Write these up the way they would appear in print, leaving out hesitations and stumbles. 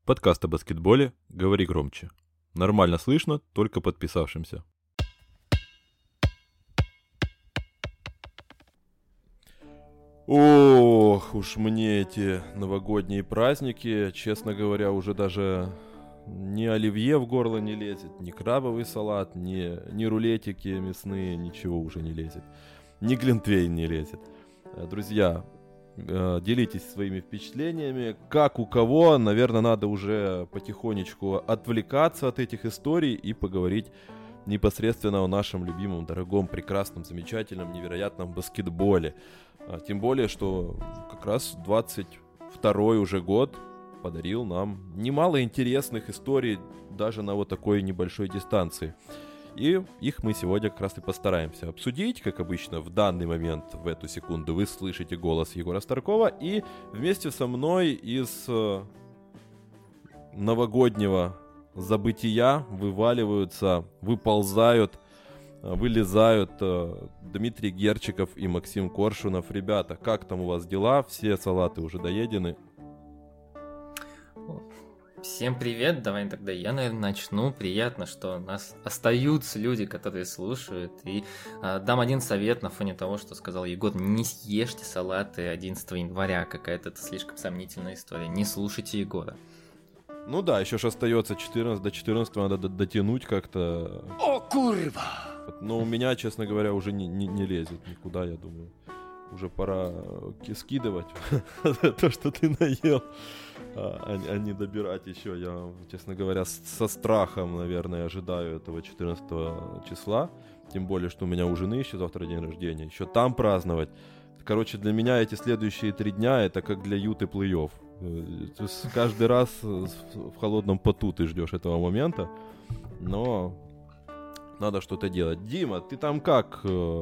Подкаст о баскетболе «Говори громче». Нормально слышно, только подписавшимся. Ох уж мне эти новогодние праздники, честно говоря, уже даже ни оливье в горло не лезет, ни крабовый салат, ни рулетики мясные, ничего уже не лезет. Ни глинтвейн не лезет. Друзья, делитесь своими впечатлениями, как у кого. Наверное, надо уже потихонечку отвлекаться от этих историй и поговорить непосредственно о нашем любимом, дорогом, прекрасном, замечательном, невероятном баскетболе. Тем более, что как раз 22-й уже год подарил нам немало интересных историй даже на вот такой небольшой дистанции. И их мы сегодня как раз и постараемся обсудить. Как обычно, в данный момент, в эту секунду, вы слышите голос Егора Старкова. И вместе со мной из новогоднего забытия выползают, вылезают Дмитрий Герчиков и Максим Коршунов. Ребята, как там у вас дела? Все салаты уже доедены? Всем привет, давай тогда я, наверное, начну. Приятно, что у нас остаются люди, которые слушают. И дам один совет на фоне того, что сказал Егор. Не съешьте салаты 11 января, какая-то это слишком сомнительная история. Не слушайте Егора. Ну да, еще ж остается 14, до 14 надо дотянуть как-то. О, курва! Но у меня, честно говоря, уже не лезет никуда, я думаю. Уже пора скидывать то, что ты наел, а не добирать еще. Я, честно говоря, со страхом, наверное, ожидаю этого 14 числа. Тем более, что у меня у жены еще завтра день рождения. Еще там праздновать. Короче, для меня эти следующие 3 дня это как для Юты плей-офф. То есть каждый раз в холодном поту ты ждешь этого момента. Но надо что-то делать. Дима, ты там как...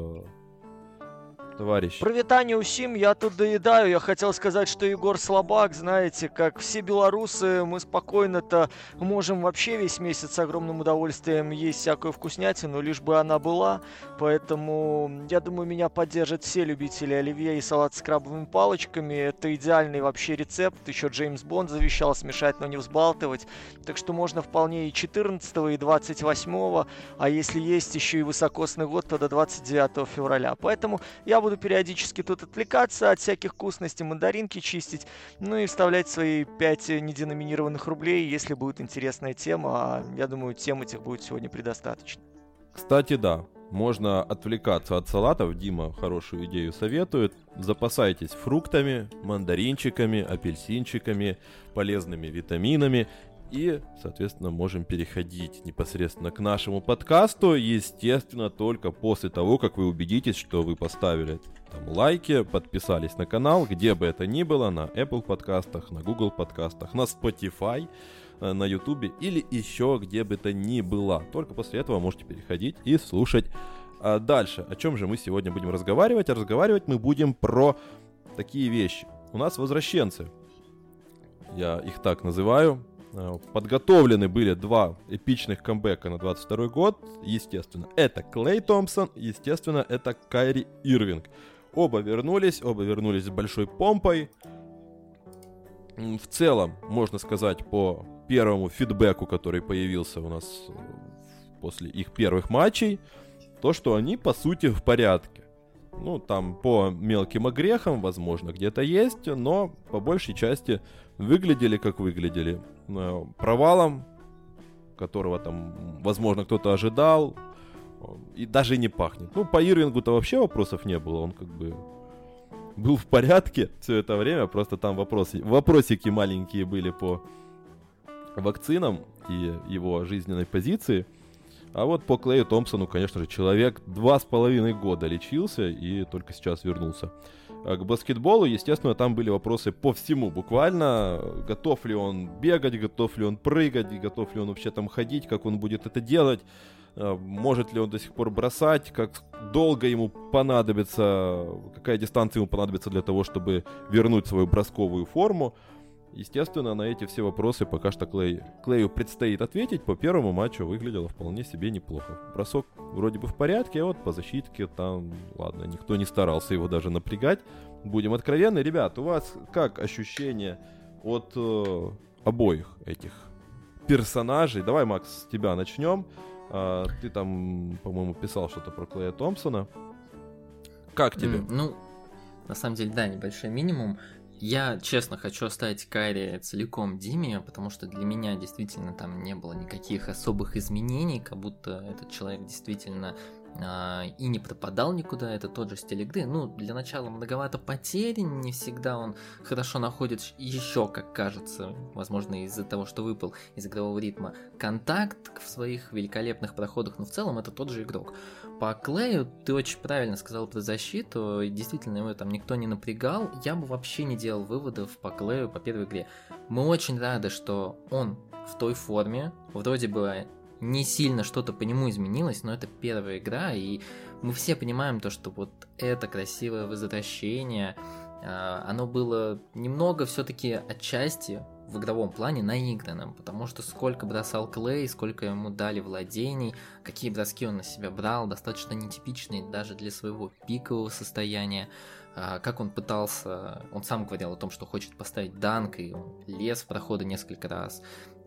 Товарищ. Привитание усім, я тут доедаю. Я хотел сказать, что Егор слабак, знаете, как все белорусы, мы спокойно-то можем вообще весь месяц с огромным удовольствием есть всякую вкуснятину, лишь бы она была. Поэтому, я думаю, меня поддержат все любители оливье и салат с крабовыми палочками. Это идеальный вообще рецепт. Еще Джеймс Бонд завещал смешать, но не взбалтывать. Так что можно вполне и 14 и 28, а если есть еще и высокосный год, то до 29 февраля. Поэтому я буду периодически тут отвлекаться от всяких вкусностей, мандаринки чистить, ну и вставлять свои 5 неденоминированных рублей, если будет интересная тема. А я думаю, тем этих будет сегодня предостаточно. Кстати, да, можно отвлекаться от салатов. Дима хорошую идею советует. Запасайтесь фруктами, мандаринчиками, апельсинчиками, полезными витаминами. И, соответственно, можем переходить непосредственно к нашему подкасту. Естественно, только после того, как вы убедитесь, что вы поставили там лайки, подписались на канал, где бы это ни было, на Apple подкастах, на Google подкастах, на Spotify, на YouTube или еще где бы то ни было. Только после этого можете переходить и слушать дальше. О чем же мы сегодня будем разговаривать? А разговаривать мы будем про такие вещи. У нас возвращенцы. Я их так называю. Подготовлены были 2 эпичных камбэка на 22 год. Естественно, это Клей Томпсон, естественно, это Кайри Ирвинг. Оба вернулись с большой помпой. В целом, можно сказать, по первому фидбэку, который появился у нас после их первых матчей, то, что они, по сути, в порядке. Ну, там по мелким огрехам, возможно, где-то есть, но по большей части выглядели, как выглядели. Провалом, которого там, возможно, кто-то ожидал, и даже не пахнет. Ну, по Ирвингу-то вообще вопросов не было, он как бы был в порядке все это время, просто там вопросики маленькие были по вакцинам и его жизненной позиции. А вот по Клею Томпсону, конечно же, человек 2,5 года лечился и только сейчас вернулся к баскетболу. Естественно, там были вопросы по всему буквально. Готов ли он бегать, готов ли он прыгать, готов ли он вообще там ходить, как он будет это делать, может ли он до сих пор бросать, как долго ему понадобится, какая дистанция ему понадобится для того, чтобы вернуть свою бросковую форму. Естественно, на эти все вопросы пока что Клею предстоит ответить. По первому матчу выглядело вполне себе неплохо. Бросок вроде бы в порядке, а вот по защитке там, ладно, никто не старался его даже напрягать. Будем откровенны. Ребят, у вас как ощущение от обоих этих персонажей. Давай, Макс, с тебя начнем. Ты там, по-моему, писал что-то про Клея Томпсона. Как тебе? Ну, на самом деле, да, небольшой минимум. Я, честно, хочу оставить Кайри целиком Диме, потому что для меня действительно там не было никаких особых изменений, как будто этот человек действительно и не пропадал никуда, это тот же стиль игры. Ну, для начала многовато потерь, не всегда он хорошо находит еще, как кажется, возможно, из-за того, что выпал из игрового ритма, контакт в своих великолепных проходах, но в целом это тот же игрок. По Клею ты очень правильно сказал про защиту, и действительно его там никто не напрягал, я бы вообще не делал выводов по Клею по первой игре. Мы очень рады, что он в той форме, вроде бы не сильно что-то по нему изменилось, но это первая игра, и мы все понимаем то, что вот это красивое возвращение, оно было немного все-таки отчасти в игровом плане наигранным, потому что сколько бросал Клей, сколько ему дали владений, какие броски он на себя брал, достаточно нетипичные даже для своего пикового состояния, как он пытался, он сам говорил о том, что хочет поставить данк, и он лез в проходы несколько раз.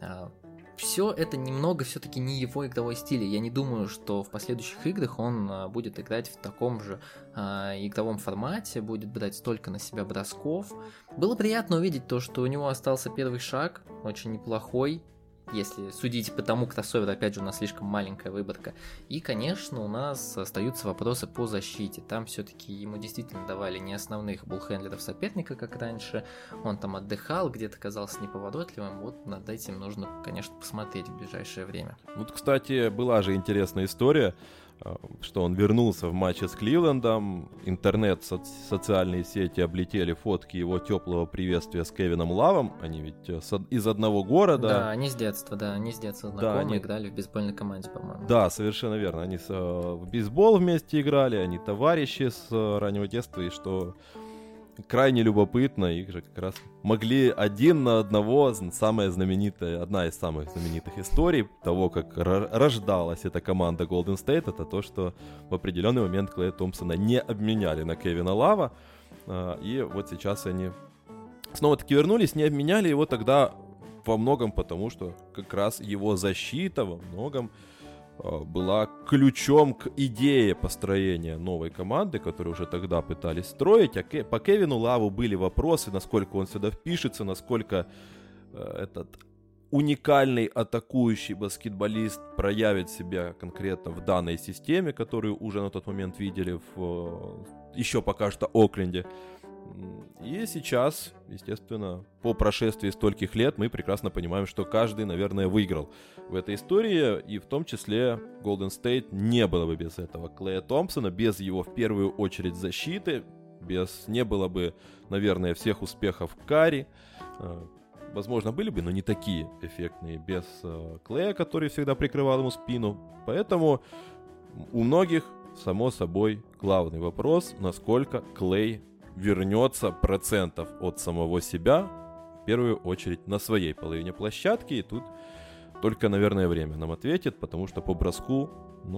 Все это немного все-таки не его игровой стиль. Я не думаю, что в последующих играх он будет играть в таком же игровом формате, будет брать столько на себя бросков. Было приятно увидеть то, что у него остался первый шаг, очень неплохой, если судить по тому кроссоверу, опять же, у нас слишком маленькая выборка. И, конечно, у нас остаются вопросы по защите. Там все-таки ему действительно давали не основных буллхендлеров соперника, как раньше. Он там отдыхал, где-то казался неповоротливым. Вот над этим нужно, конечно, посмотреть в ближайшее время. Вот, кстати, была же интересная история, что он вернулся в матче с Кливлендом. Интернет, социальные сети облетели фотки его теплого приветствия с Кевином Лавом. Они ведь из одного города. Да, они с детства знакомы, да, они играли в бейсбольной команде, по-моему. Да, совершенно верно. Они в бейсбол вместе играли, они товарищи с раннего детства, и что крайне любопытно, их же как раз могли один на одного, одна из самых знаменитых историй того, как рождалась эта команда Golden State, это то, что в определенный момент Клея Томпсона не обменяли на Кевина Лава, и вот сейчас они снова-таки вернулись, не обменяли его тогда во многом потому, что как раз его защита во многом была ключом к идее построения новой команды, которую уже тогда пытались строить. По Кевину Лаву были вопросы, насколько он сюда впишется, насколько этот уникальный атакующий баскетболист проявит себя конкретно в данной системе, которую уже на тот момент видели еще пока что Окленде. И сейчас, естественно, по прошествии стольких лет мы прекрасно понимаем, что каждый, наверное, выиграл в этой истории, и в том числе Golden State не было бы без этого Клея Томпсона, без его, в первую очередь, защиты, не было бы, наверное, всех успехов Карри. Возможно, были бы, но не такие эффектные без Клея, который всегда прикрывал ему спину. Поэтому у многих, само собой, главный вопрос, насколько Клей вернется процентов от самого себя, в первую очередь на своей половине площадки, и тут только, наверное, время нам ответит, потому что по броску,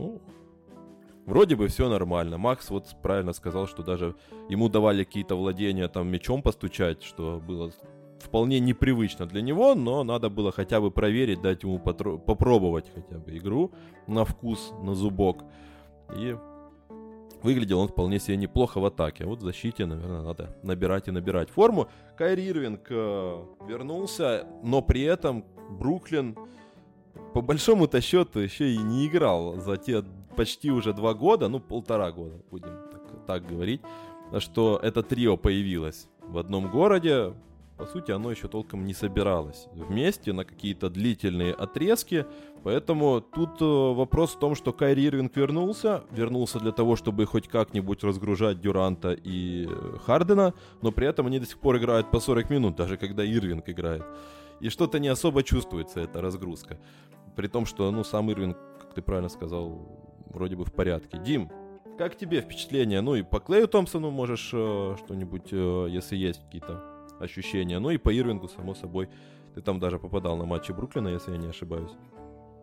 вроде бы все нормально. Макс вот правильно сказал, что даже ему давали какие-то владения там мячом постучать, что было вполне непривычно для него, но надо было хотя бы проверить, дать ему попробовать хотя бы игру на вкус, на зубок, и выглядел он вполне себе неплохо в атаке. А вот в защите, наверное, надо набирать и набирать форму. Кайри Ирвинг вернулся, но при этом Бруклин по большому-то счету еще и не играл за те почти уже 2 года, 1,5 года, будем так говорить, что это трио появилось в одном городе. По сути, оно еще толком не собиралось вместе на какие-то длительные отрезки. Поэтому тут вопрос в том, что Кайри Ирвинг вернулся для того, чтобы хоть как-нибудь разгружать Дюранта и Хардена, но при этом они до сих пор играют по 40 минут, даже когда Ирвинг играет. И что-то не особо чувствуется эта разгрузка. При том, что сам Ирвинг, как ты правильно сказал, вроде бы в порядке. Дим, как тебе впечатление? И по Клею Томпсону можешь что-нибудь, если есть какие-то ощущения. И по Ирвингу, само собой, ты там даже попадал на матчи Бруклина, если я не ошибаюсь.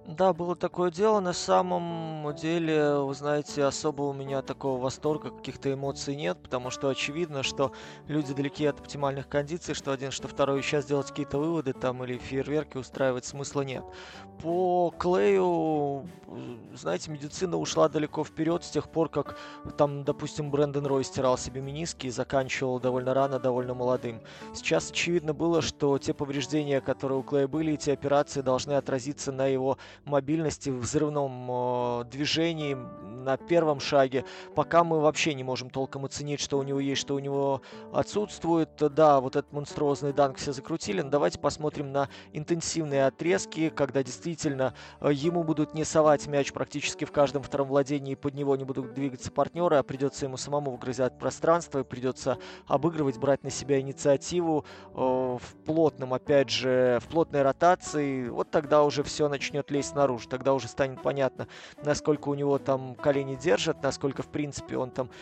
Да, было такое дело. На самом деле, вы знаете, особо у меня такого восторга, каких-то эмоций нет, потому что очевидно, что люди далеки от оптимальных кондиций, что один, что второй. Сейчас делать какие-то выводы там или фейерверки устраивать смысла нет. По Клею, знаете, медицина ушла далеко вперед с тех пор, как там, допустим, Брэндон Рой стирал себе мениски и заканчивал довольно рано, довольно молодым. Сейчас очевидно было, что те повреждения, которые у Клея были, и те операции должны отразиться на его мобильности, в взрывном движении на первом шаге, пока мы вообще не можем толком оценить, что у него есть, что у него отсутствует. Да, вот этот монструозный данк все закрутили, но давайте посмотрим на интенсивные отрезки, когда действительно ему будут не совать мяч практически в каждом втором владении, и под него не будут двигаться партнеры, а придется ему самому выгрызать пространство, и придется обыгрывать, брать на себя инициативу в плотном, опять же, в плотной ротации. Вот тогда уже все начнет лезть наружу, тогда уже станет понятно, насколько у него там колени держат, насколько, в принципе, он там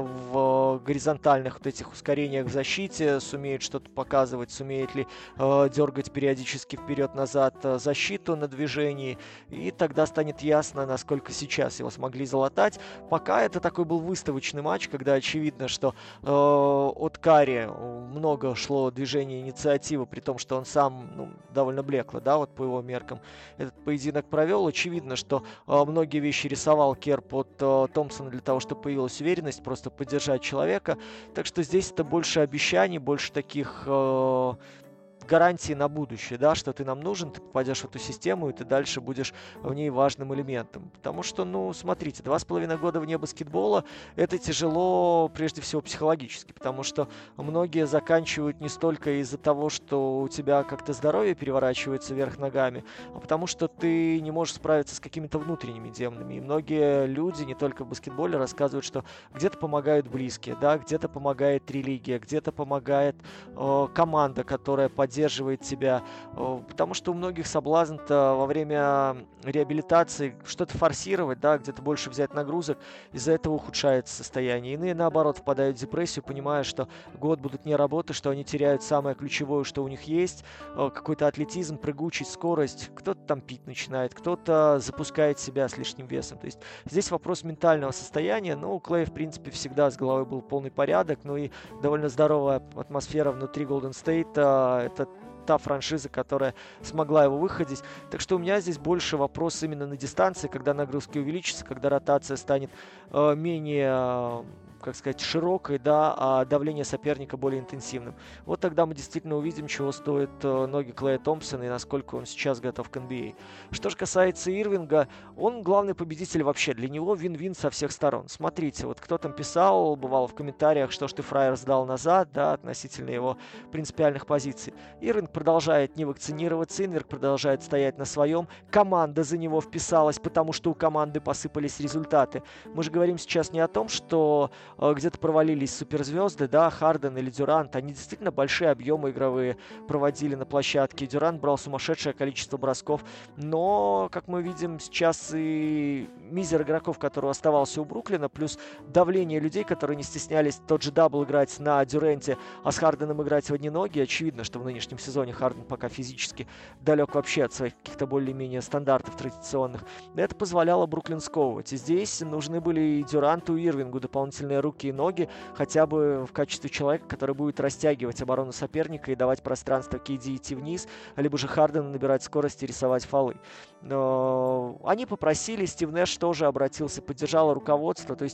в горизонтальных вот этих ускорениях в защите сумеет что-то показывать, сумеет ли дергать периодически вперед-назад защиту на движении, и тогда станет ясно, насколько сейчас его смогли залатать. Пока это такой был выставочный матч, когда очевидно, что от Карри много шло движения инициативы, при том, что он сам довольно блекло, да, вот по его меркам этот поединок провел. Очевидно, что многие вещи рисовал Кер под Томпсона для того, чтобы появилась уверенность, просто поддержать человека. Так что здесь это больше обещаний, больше таких гарантии на будущее, да, что ты нам нужен, ты попадешь в эту систему, и ты дальше будешь в ней важным элементом. Потому что, смотрите, 2,5 года вне баскетбола, это тяжело, прежде всего, психологически, потому что многие заканчивают не столько из-за того, что у тебя как-то здоровье переворачивается вверх ногами, а потому что ты не можешь справиться с какими-то внутренними демонами. И многие люди, не только в баскетболе, рассказывают, что где-то помогают близкие, да, где-то помогает религия, где-то помогает команда, которая поддерживает тебя, потому что у многих соблазн-то во время реабилитации что-то форсировать, да, где-то больше взять нагрузок, из-за этого ухудшается состояние. Иные, наоборот, впадают в депрессию, понимая, что год будут не работы, что они теряют самое ключевое, что у них есть, какой-то атлетизм, прыгучесть, скорость. Кто-то там пить начинает, кто-то запускает себя с лишним весом. То есть здесь вопрос ментального состояния. У Клея, в принципе, всегда с головой был полный порядок, и довольно здоровая атмосфера внутри Golden State. Это та франшиза, которая смогла его выходить. Так что у меня здесь больше вопрос именно на дистанции, когда нагрузки увеличатся, когда ротация станет менее, как сказать, широкой, да, а давление соперника более интенсивным. Вот тогда мы действительно увидим, чего стоят ноги Клея Томпсона и насколько он сейчас готов к NBA. Что же касается Ирвинга, он главный победитель вообще. Для него вин-вин со всех сторон. Смотрите, вот кто там писал, бывало в комментариях, что ж ты, фраер, сдал назад, да, относительно его принципиальных позиций. Ирвинг продолжает не вакцинироваться, Ирвинг продолжает стоять на своем. Команда за него вписалась, потому что у команды посыпались результаты. Мы же говорим сейчас не о том, что где-то провалились суперзвезды, да, Харден или Дюрант, они действительно большие объемы игровые проводили на площадке. Дюрант брал сумасшедшее количество бросков, но, как мы видим, сейчас и мизер игроков, который оставался у Бруклина, плюс давление людей, которые не стеснялись тот же дабл играть на Дюранте, а с Харденом играть в одни ноги. Очевидно, что в нынешнем сезоне Харден пока физически далек вообще от своих каких-то более-менее стандартов традиционных. Это позволяло Бруклин сковывать. И здесь нужны были и Дюранту, и Ирвингу дополнительные руки и ноги, хотя бы в качестве человека, который будет растягивать оборону соперника и давать пространство KD идти вниз, либо же Хардену набирать скорость и рисовать фолы. Но они попросили, Стив Нэш тоже обратился, поддержало руководство, то есть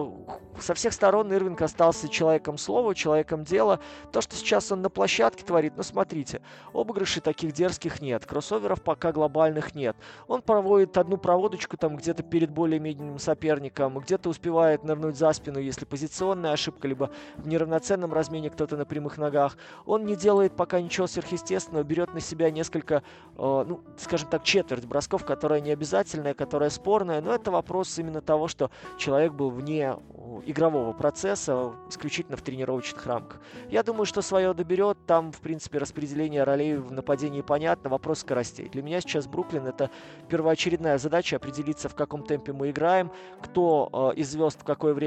со всех сторон Ирвинг остался человеком слова, человеком дела. То, что сейчас он на площадке творит, смотрите, обыгрышей таких дерзких нет, кроссоверов пока глобальных нет. Он проводит одну проводочку там где-то перед более-менее соперником, где-то успевает нырнуть за спину, если позиционная ошибка, либо в неравноценном размене кто-то на прямых ногах. Он не делает пока ничего сверхъестественного, берет на себя несколько, скажем так, четверть бросков, которая не обязательная, которая спорная, но это вопрос именно того, что человек был вне игрового процесса, исключительно в тренировочных рамках. Я думаю, что свое доберет, там, в принципе, распределение ролей в нападении понятно, вопрос скоростей. Для меня сейчас Бруклин — это первоочередная задача определиться, в каком темпе мы играем, кто из звезд в какое время остается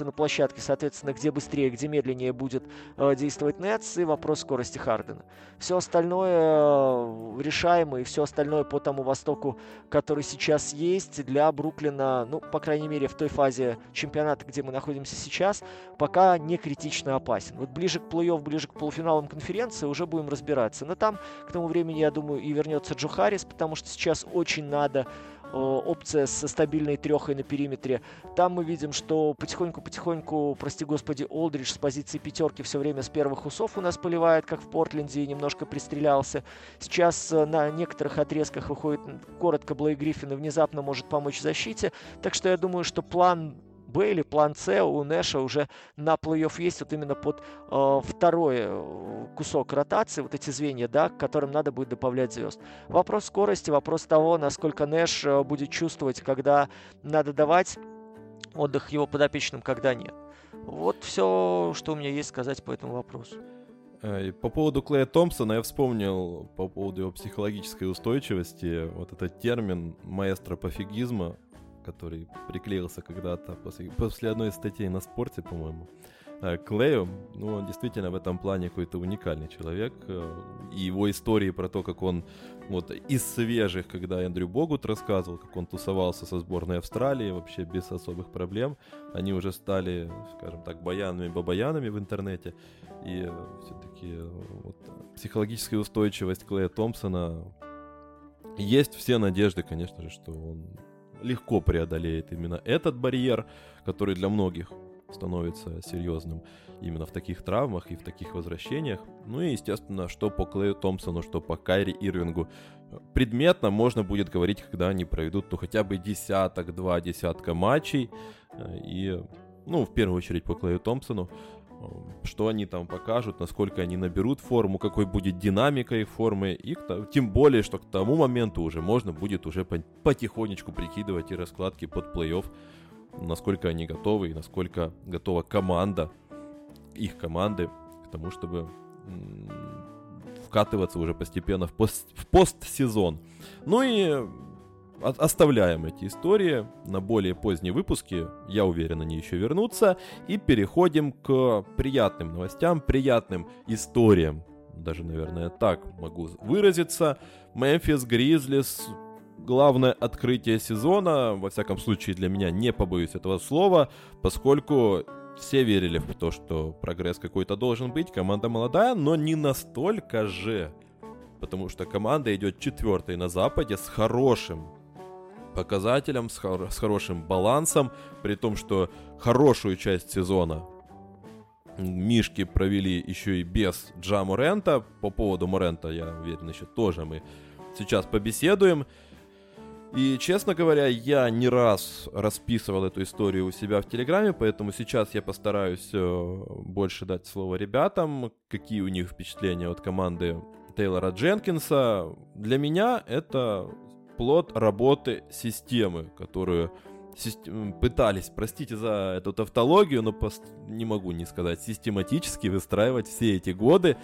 находится на площадке, соответственно, где быстрее, где медленнее будет действовать Нетс, и вопрос скорости Хардена. Все остальное решаемо, и все остальное по тому Востоку, который сейчас есть, для Бруклина, ну, по крайней мере, в той фазе чемпионата, где мы находимся сейчас, пока не критично опасен. Вот ближе к плей-офф, ближе к полуфиналам конференции уже будем разбираться. Но там, к тому времени, я думаю, и вернется Джо Харрис, потому что сейчас очень надо опция со стабильной трехой на периметре. Там мы видим, что потихоньку, прости господи, Олдридж с позиции пятерки все время с первых усов у нас поливает, как в Портленде, и немножко пристрелялся. Сейчас на некоторых отрезках выходит коротко Блейк Гриффин и внезапно может помочь в защите. Так что я думаю, что план Б или план С у Нэша уже на плей-офф есть, вот именно под второй кусок ротации, вот эти звенья, да, к которым надо будет добавлять звезд. Вопрос скорости, вопрос того, насколько Нэш будет чувствовать, когда надо давать отдых его подопечным, когда нет. Вот все, что у меня есть сказать по этому вопросу. По поводу Клея Томпсона я вспомнил по поводу его психологической устойчивости, вот этот термин маэстро пофигизма, который приклеился когда-то после одной из статей на спорте, по-моему, Клею. Ну, он действительно в этом плане какой-то уникальный человек. И его истории про то, как он вот из свежих, когда Эндрю Богут рассказывал, как он тусовался со сборной Австралии вообще без особых проблем, они уже стали, скажем так, баянами-бабаянами в интернете. И все-таки вот, психологическая устойчивость Клея Томпсона, есть все надежды, конечно же, что он легко преодолеет именно этот барьер, который для многих становится серьезным именно в таких травмах и в таких возвращениях. Ну и, естественно, что по Клею Томпсону, что по Кайри Ирвингу. Предметно можно будет говорить, когда они проведут хотя бы два десятка матчей. И, ну, в первую очередь по Клею Томпсону, что они там покажут, насколько они наберут форму, какой будет динамика их формы, и тем более, что к тому моменту уже можно будет уже потихонечку прикидывать и раскладки под плей-офф, насколько они готовы и насколько готова их команды к тому, чтобы вкатываться уже постепенно в постсезон. Ну и оставляем эти истории на более поздние выпуски. Я уверен, они еще вернутся. И переходим к приятным новостям, приятным историям. Даже, наверное, так могу выразиться. Мемфис Гризлис. Главное открытие сезона. Во всяком случае, для меня, не побоюсь этого слова, поскольку все верили в то, что прогресс какой-то должен быть. Команда молодая, но не настолько же. Потому что команда идет 4-й на Западе с хорошим показателем, с хорошим балансом, при том, что хорошую часть сезона Мишки провели еще и без Джа Морента. По поводу Морента, я уверен, еще тоже мы сейчас побеседуем. И, честно говоря, я не раз расписывал эту историю у себя в Телеграме, поэтому сейчас я постараюсь больше дать слово ребятам, какие у них впечатления от команды Тейлора Дженкинса. Для меня это плод работы системы, которую пытались, простите за эту тавтологию, но не могу не сказать, систематически выстраивать все эти годы,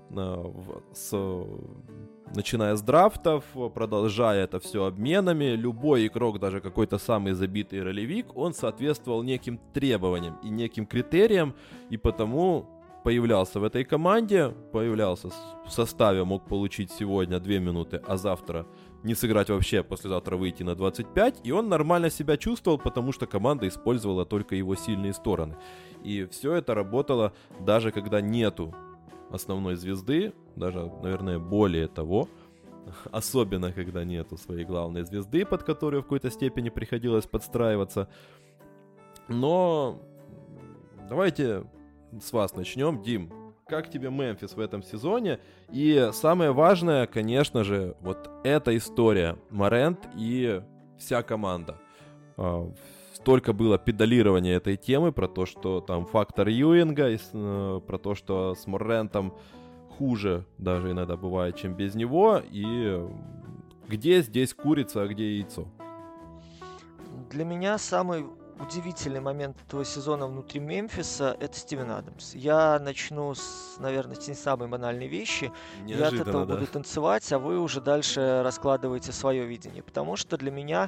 начиная с драфтов, продолжая это все обменами. Любой игрок, даже какой-то самый забитый ролевик, он соответствовал неким требованиям и неким критериям, и потому появлялся в этой команде, появлялся в составе, мог получить сегодня 2 минуты, а завтра не сыграть вообще, послезавтра выйти на 25, и он нормально себя чувствовал, потому что команда использовала только его сильные стороны. И все это работало даже когда нету основной звезды, даже, наверное, более того, особенно когда нету своей главной звезды, под которую в какой-то степени приходилось подстраиваться. Но давайте с вас начнем. Дим, как тебе Мемфис в этом сезоне? И самое важное, конечно же, вот эта история. Морент и вся команда. Столько было педалирования этой темы про то, что там фактор Юинга, про то, что с Морентом хуже даже иногда бывает, чем без него. И где здесь курица, а где яйцо? Для меня самый удивительный момент этого сезона внутри Мемфиса — это Стивен Адамс. Я начну, наверное, с не самой банальной вещи. Я от этого буду танцевать, а вы уже дальше раскладываете свое видение. Потому что для меня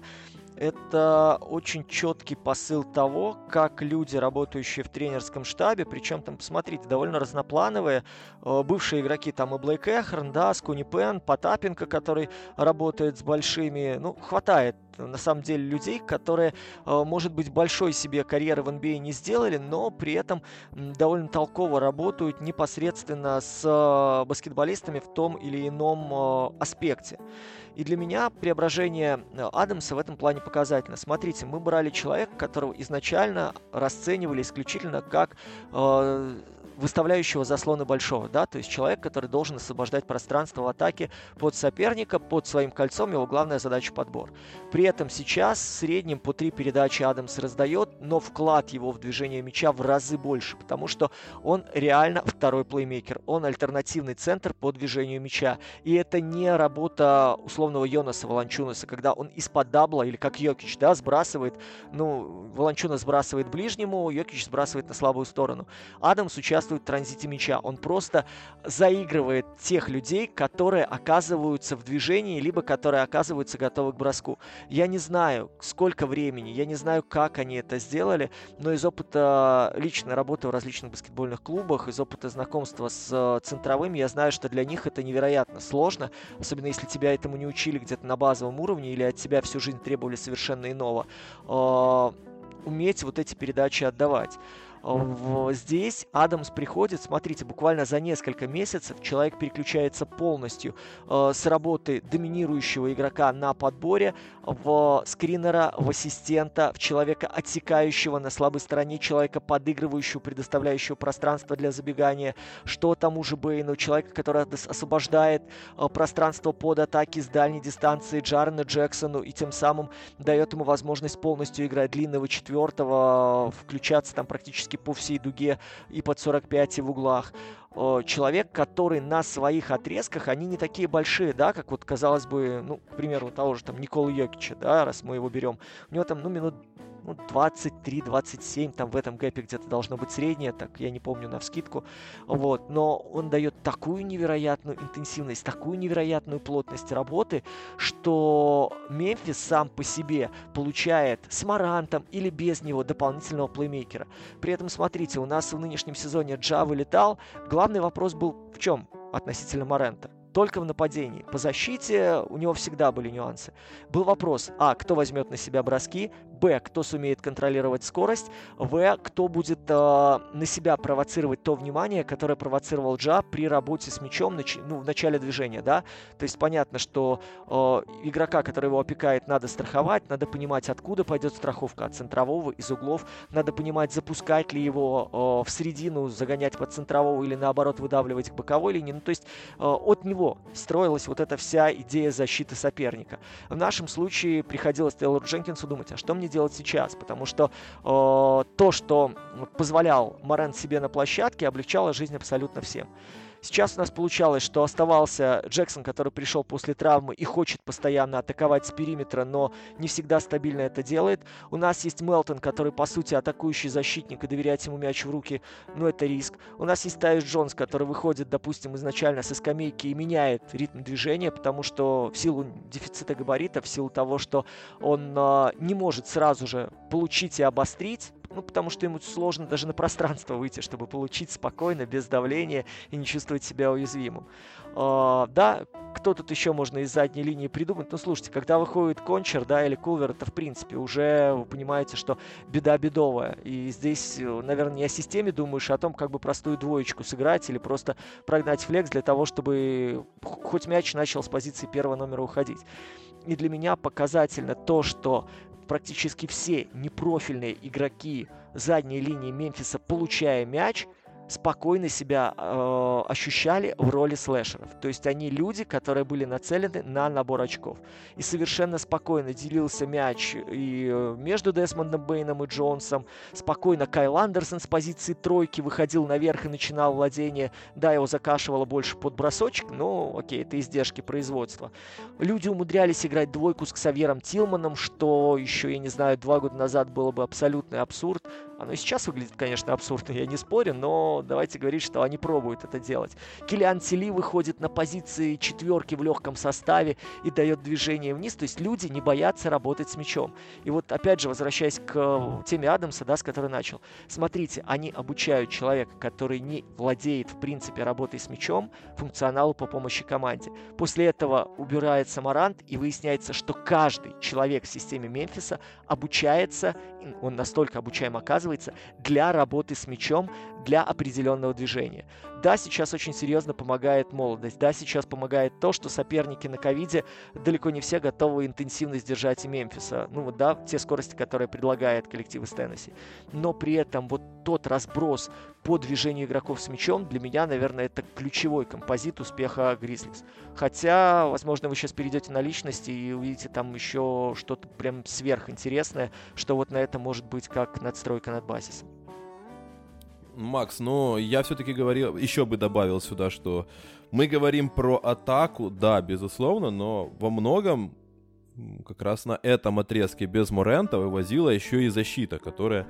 это очень четкий посыл того, как люди, работающие в тренерском штабе, причем там, посмотрите, довольно разноплановые, бывшие игроки, там и Блейк Эхерн, да, Скуни Пен, Потапенко, который работает с большими, ну, хватает на самом деле людей, которые, может быть, большой себе карьеры в NBA не сделали, но при этом довольно толково работают непосредственно с баскетболистами в том или ином аспекте. И для меня преображение Адамса в этом плане показательно. Смотрите, мы брали человека, которого изначально расценивали исключительно как выставляющего заслоны большого, да, то есть человек, который должен освобождать пространство в атаке под соперника, под своим кольцом, его главная задача — подбор. При этом сейчас в среднем по 3 передачи Адамс раздает, но вклад его в движение мяча в разы больше, потому что он реально второй плеймейкер, он альтернативный центр по движению мяча, и это не работа условного Йонаса Воланчунаса, когда он из-под дабла, или как Йокич, да, сбрасывает, ну, Воланчунас сбрасывает ближнему, Йокич сбрасывает на слабую сторону. Адамс участвует в транзите мяча. Он просто заигрывает тех людей, которые оказываются в движении, либо которые оказываются готовы к броску. Я не знаю, сколько времени, я не знаю, как они это сделали, но из опыта личной работы в различных баскетбольных клубах, из опыта знакомства с центровыми, я знаю, что для них это невероятно сложно, особенно если тебя этому не учили где-то на базовом уровне или от тебя всю жизнь требовали совершенно иного. Уметь вот эти передачи отдавать. Здесь Адамс приходит, смотрите, буквально за несколько месяцев человек переключается полностью с работы доминирующего игрока на подборе в скринера, в ассистента, в человека, отсекающего на слабой стороне, человека, подыгрывающего, предоставляющего пространство для забегания, что тому же Бэйну, человека, который освобождает пространство под атаки с дальней дистанции Джарену Джексону и тем самым дает ему возможность полностью играть длинного четвертого, включаться там практически по всей дуге и под 45 и в углах. Человек, который на своих отрезках, они не такие большие, да, как вот, казалось бы, ну, к примеру, того же там Николы Йокича, да, раз мы его берем. У него там, ну, минут 23-27, там в этом гэпе где-то должно быть среднее, так я не помню навскидку, вот, но он дает такую невероятную интенсивность, такую невероятную плотность работы, что Мемфис сам по себе получает с Морантом или без него дополнительного плеймейкера. При этом, смотрите, у нас в нынешнем сезоне Джа вылетал, главный вопрос был в чем относительно Моранта? Только в нападении. По защите у него всегда были нюансы. Был вопрос: а, кто возьмет на себя броски, б, кто сумеет контролировать скорость, в, кто будет на себя провоцировать то внимание, которое провоцировал Джа при работе с мячом в начале движения, да. То есть понятно, что игрока, который его опекает, надо страховать, надо понимать, откуда пойдет страховка, от центрового, из углов, надо понимать, запускать ли его в середину, загонять под центрового или наоборот выдавливать к боковой линии. Ну, то есть от него строилась вот эта вся идея защиты соперника. В нашем случае приходилось Тейлору Дженкинсу думать, а что мне делать сейчас? Потому что то, что позволял Морент себе на площадке, облегчало жизнь абсолютно всем. Сейчас у нас получалось, что оставался Джексон, который пришел после травмы и хочет постоянно атаковать с периметра, но не всегда стабильно это делает. У нас есть Мелтон, который, по сути, атакующий защитник, и доверять ему мяч в руки, ну, это риск. У нас есть Тайус Джонс, который выходит, допустим, изначально со скамейки и меняет ритм движения, потому что в силу дефицита габаритов, в силу того, что он не может сразу же получить и обострить, ну, потому что ему сложно даже на пространство выйти, чтобы получить спокойно, без давления и не чувствовать себя уязвимым. Да, кто тут еще можно из задней линии придумать? Ну, слушайте, когда выходит Кончер, да, или Кулвер, это, в принципе, уже вы понимаете, что беда бедовая. И здесь, наверное, не о системе думаешь, а о том, как бы простую двоечку сыграть или просто прогнать флекс для того, чтобы хоть мяч начал с позиции первого номера уходить. И для меня показательно то, что практически все непрофильные игроки задней линии Мемфиса, получая мяч, спокойно себя ощущали в роли слэшеров. То есть они люди, которые были нацелены на набор очков. И совершенно спокойно делился мяч и между Десмондом Бэйном и Джонсом. Спокойно Кайл Андерсон с позиции тройки выходил наверх и начинал владение. Да, его закашивало больше под бросочек, но окей, это издержки производства. Люди умудрялись играть двойку с Ксавьером Тилманом, что еще, я не знаю, 2 года назад было бы абсолютный абсурд. Оно и сейчас выглядит, конечно, абсурдно, я не спорю, но давайте говорить, что они пробуют это делать. Килиан Тили выходит на позиции четверки в легком составе и дает движение вниз, то есть люди не боятся работать с мячом. И вот опять же, возвращаясь к теме Адамса, да, с которой начал. Смотрите, они обучают человека, который не владеет, в принципе, работой с мячом, функционалу по помощи команде. После этого убирается Морант, и выясняется, что каждый человек в системе Мемфиса обучается, он настолько обучаем оказывается, для работы с мячом, для определенного движения. Да, сейчас очень серьезно помогает молодость. Да, сейчас помогает то, что соперники на ковиде далеко не все готовы интенсивно сдержать и Мемфиса. Ну вот да, те скорости, которые предлагает коллектив из Теннесси. Но при этом вот тот разброс по движению игроков с мячом для меня, наверное, это ключевой композит успеха Гризлис. Хотя, возможно, вы сейчас перейдете на личности и увидите там еще что-то прям сверхинтересное, что вот на это может быть как надстройка над базисом. Макс, ну, я все-таки говорил, еще бы добавил сюда, что мы говорим про атаку, да, безусловно, но во многом как раз на этом отрезке без Морента вывозила еще и защита, которая...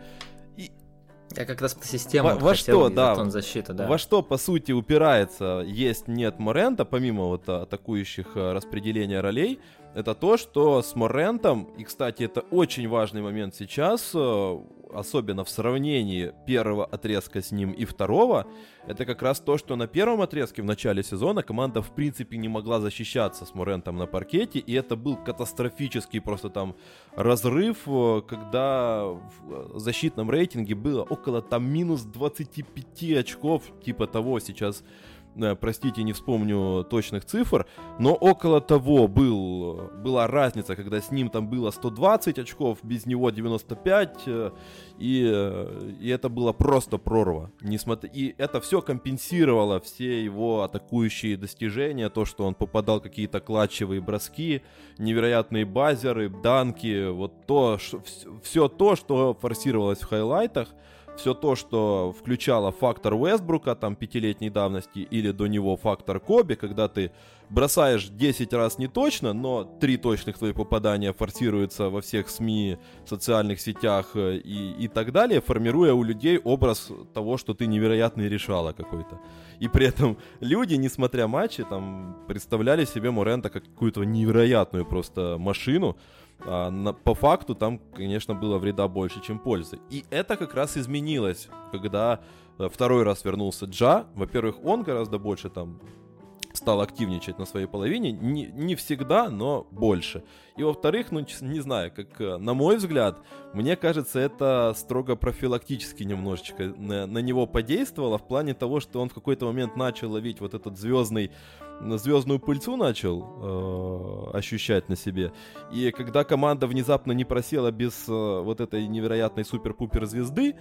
Я как раз по системе во хотел, что, да, защиты, да. Во что, по сути, упирается есть-нет Морента, помимо вот атакующих распределения ролей, это то, что с Морентом, и, кстати, это очень важный момент сейчас, особенно в сравнении первого отрезка с ним и второго, это как раз то, что на первом отрезке в начале сезона команда в принципе не могла защищаться с Морентом на паркете, и это был катастрофический просто там разрыв, когда в защитном рейтинге было около там минус 25 очков, типа того сейчас... Простите, не вспомню точных цифр, но около того была разница, когда с ним там было 120 очков, без него 95, и это было просто прорва. И это все компенсировало все его атакующие достижения, то, что он попадал в какие-то клатчевые броски, невероятные базеры, данки, вот то, все то, что форсировалось в хайлайтах, все то, что включало фактор Уэстбрука, там, 5-летней давности, или до него фактор Коби, когда ты бросаешь 10 раз не точно, но 3 точных твоих попадания форсируются во всех СМИ, социальных сетях и так далее, формируя у людей образ того, что ты невероятный решала какой-то. И при этом люди, несмотря матчи, там, представляли себе Морента как какую-то невероятную просто машину. По факту там, конечно, было вреда больше, чем пользы. И это как раз изменилось, когда второй раз вернулся Джа. Во-первых, он гораздо больше там стал активничать на своей половине. Не всегда, но больше. И во-вторых, ну, не знаю, как на мой взгляд, мне кажется, это строго профилактически немножечко на него подействовало, в плане того, что он в какой-то момент начал ловить вот этот звездную пыльцу начал ощущать на себе. И когда команда внезапно не просела без вот этой невероятной супер-пупер звезды,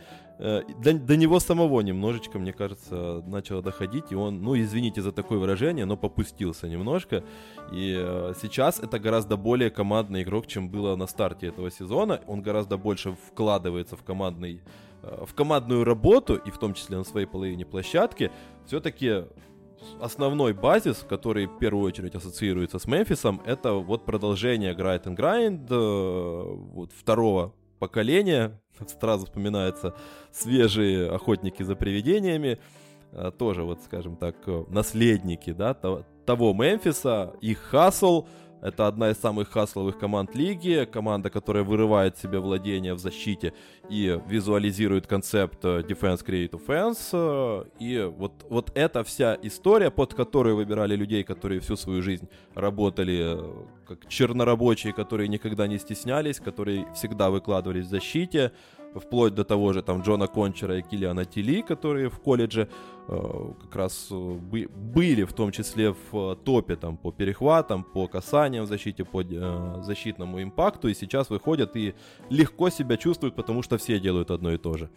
до него самого немножечко, мне кажется, начало доходить. И он, ну извините за такое выражение, но попустился немножко. И сейчас это гораздо более командный игрок, чем было на старте этого сезона. Он гораздо больше вкладывается в командную работу, и в том числе на своей половине площадки. Все-таки основной базис, который в первую очередь ассоциируется с Мемфисом, это вот продолжение Grind and Grind вот второго поколения. Сразу вспоминаются свежие охотники за привидениями, тоже вот, скажем так, наследники, да, того Мемфиса, их хасл. Это одна из самых хасловых команд лиги, команда, которая вырывает себе владение в защите и визуализирует концепт Defense Create Offense. И вот эта вся история, под которую выбирали людей, которые всю свою жизнь работали как чернорабочие, которые никогда не стеснялись, которые всегда выкладывались в защите, вплоть до того же там Джона Кончера и Килиана Тили, которые в колледже как раз были в том числе в топе там, по перехватам, по касаниям в защите, по защитному импакту, и сейчас выходят и легко себя чувствуют, потому что все делают одно и то же.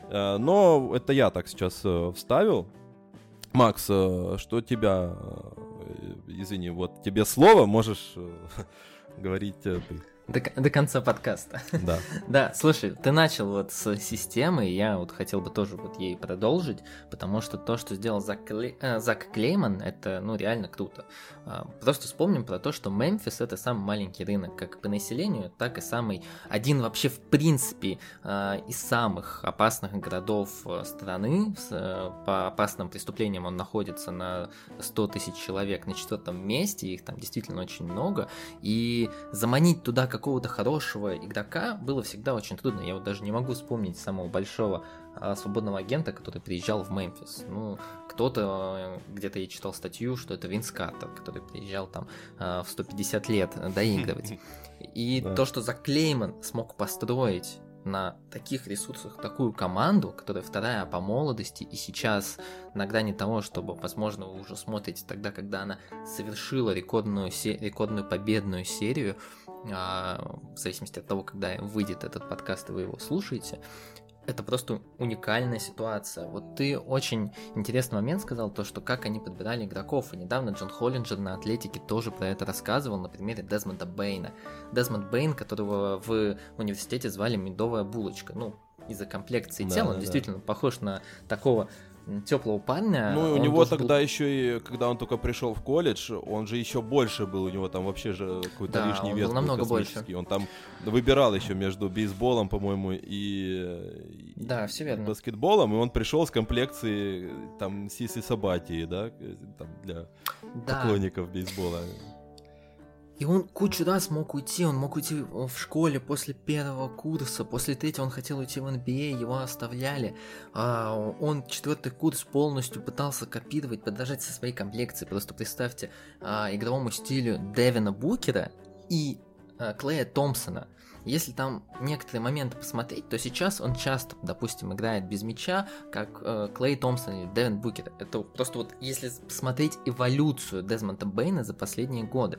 Но это я так сейчас вставил. Макс, что извини, вот тебе слово, можешь говорить ты. До конца подкаста. Да. Да, слушай, ты начал вот с системы, и я вот хотел бы тоже вот ей продолжить, потому что то, что сделал Зак Клейман, это, ну, реально круто. Просто вспомним про то, что Мемфис — это самый маленький рынок, как по населению, так и самый, один вообще в принципе из самых опасных городов страны. По опасным преступлениям он находится на 100 тысяч человек на 4-м месте, их там действительно очень много, и заманить туда какого-то хорошего игрока было всегда очень трудно. Я вот даже не могу вспомнить самого большого свободного агента, который приезжал в Мемфис. Ну, кто-то, где-то я читал статью, что это Винс Картер, который приезжал там в 150 лет доигрывать. И то, что Зак Клейман смог построить на таких ресурсах такую команду, которая вторая по молодости и сейчас на грани того, чтобы, возможно, вы уже смотрите тогда, когда она совершила рекордную победную серию, в зависимости от того, когда выйдет этот подкаст и вы его слушаете, это просто уникальная ситуация. Вот ты очень интересный момент сказал, то, что как они подбирали игроков. И недавно Джон Холлинджер на Атлетике тоже про это рассказывал на примере Дезмонда Бейна. Дезмонд Бейн, которого в университете звали «Медовая булочка». Ну, из-за комплекции тела, он действительно похож на такого теплого парня. Ну, у него тогда еще и, когда он только пришел в колледж, он же еще больше был, у него там вообще же какой-то лишний вес был намного космический. Больше. Он там выбирал еще между бейсболом, по-моему, и все верно. Баскетболом, и он пришел с комплекцией там Сиси Сабатии, да, там, для поклонников бейсбола. И он кучу раз мог уйти в школе после первого курса, после третьего он хотел уйти в NBA, его оставляли. Он 4-й курс полностью пытался копировать, подражать со своей комплекцией. Просто представьте игровому стилю Девина Букера и Клея Томпсона. Если там некоторые моменты посмотреть, то сейчас он часто, допустим, играет без мяча, как Клей Томпсон или Девин Букер. Это просто вот если посмотреть эволюцию Дезмонда Бейна за последние годы.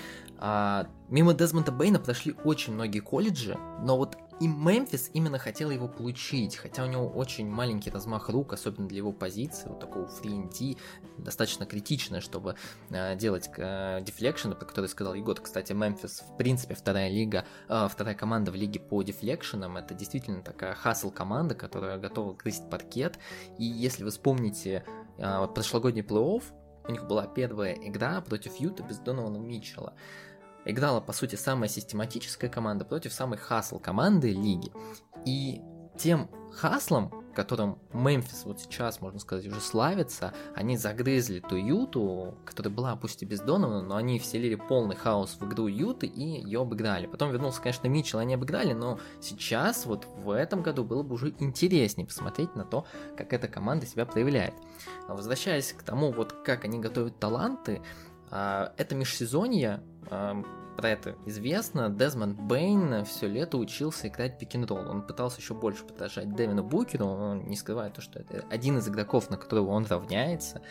Мимо Дезмонда Бейна прошли очень многие колледжи, но вот и Мемфис именно хотел его получить, хотя у него очень маленький размах рук, особенно для его позиции, вот такого фри-н-ти, достаточно критичное, чтобы делать дефлекшены, про которые сказал Егор. Кстати, Мемфис, в принципе, вторая команда в лиге по дефлекшенам, это действительно такая хасл-команда, которая готова грызть паркет, и если вы вспомните прошлогодний плей-офф, у них была первая игра против Юта без Донована Митчелла. Играла, по сути, самая систематическая команда против самой хасл команды лиги. И тем хаслом, которым Мемфис вот сейчас, можно сказать, уже славится, они загрызли ту Юту, которая была, пусть и без Донована, но они вселили полный хаос в игру Юты и ее обыграли. Потом вернулся, конечно, Митчелл, они обыграли, но сейчас, вот в этом году, было бы уже интереснее посмотреть на то, как эта команда себя проявляет. Возвращаясь к тому, вот как они готовят таланты, это межсезонье, про это известно. Дезмонд Бейн все лето учился играть пик-н-ролл. Он пытался еще больше подражать Девину Букеру, он не скрывает то, что это один из игроков, на которого он равняется.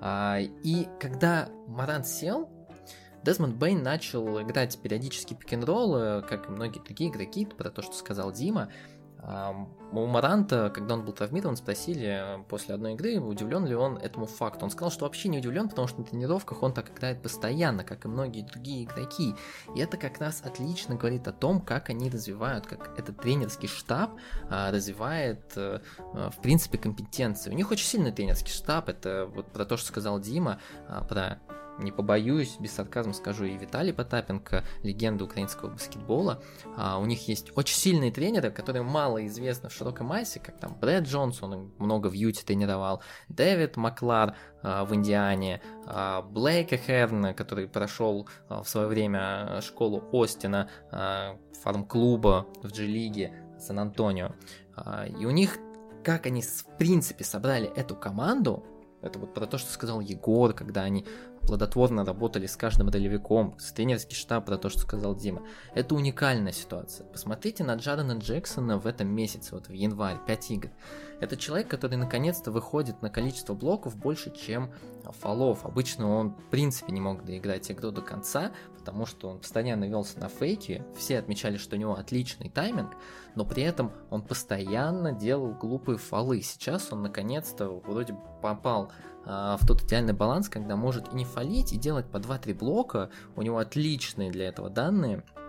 И когда Морант сел, Дезмонд Бейн начал играть периодически пик-н-ролл, как и многие другие игроки, про то, что сказал Дима. У Моранта, когда он был травмирован, спросили после одной игры, удивлен ли он этому факту. Он сказал, что вообще не удивлен, потому что на тренировках он так играет постоянно, как и многие другие игроки. И это как раз отлично говорит о том, как они развивают, как этот тренерский штаб развивает, в принципе, компетенции. У них очень сильный тренерский штаб, это вот про то, что сказал Дима, про... Не побоюсь, без сарказма скажу, и Виталий Потапенко, легенда украинского баскетбола. У них есть очень сильные тренеры, которые мало известны в широкой массе, как там Брэд Джонс, он много в Юте тренировал, Дэвид Маклар в Индиане, Блейк Эхерн, который прошел в свое время школу Остина, фарм-клуба в G-лиге Сан-Антонио. И у них, как они в принципе собрали эту команду, это вот про то, что сказал Егор, когда они плодотворно работали с каждым ролевиком, с тренерский штаб, про то, что сказал Дима. Это уникальная ситуация. Посмотрите на Джарена Джексона в этом месяце, вот в январе, 5 игр. Это человек, который наконец-то выходит на количество блоков больше, чем фолов. Обычно он, в принципе, не мог доиграть игру до конца, потому что он постоянно велся на фейке. Все отмечали, что у него отличный тайминг, но при этом он постоянно делал глупые фолы. Сейчас он, наконец-то, вроде попал в тот идеальный баланс, когда может и не фолить, и делать по 2-3 блока. У него отличные для этого данные.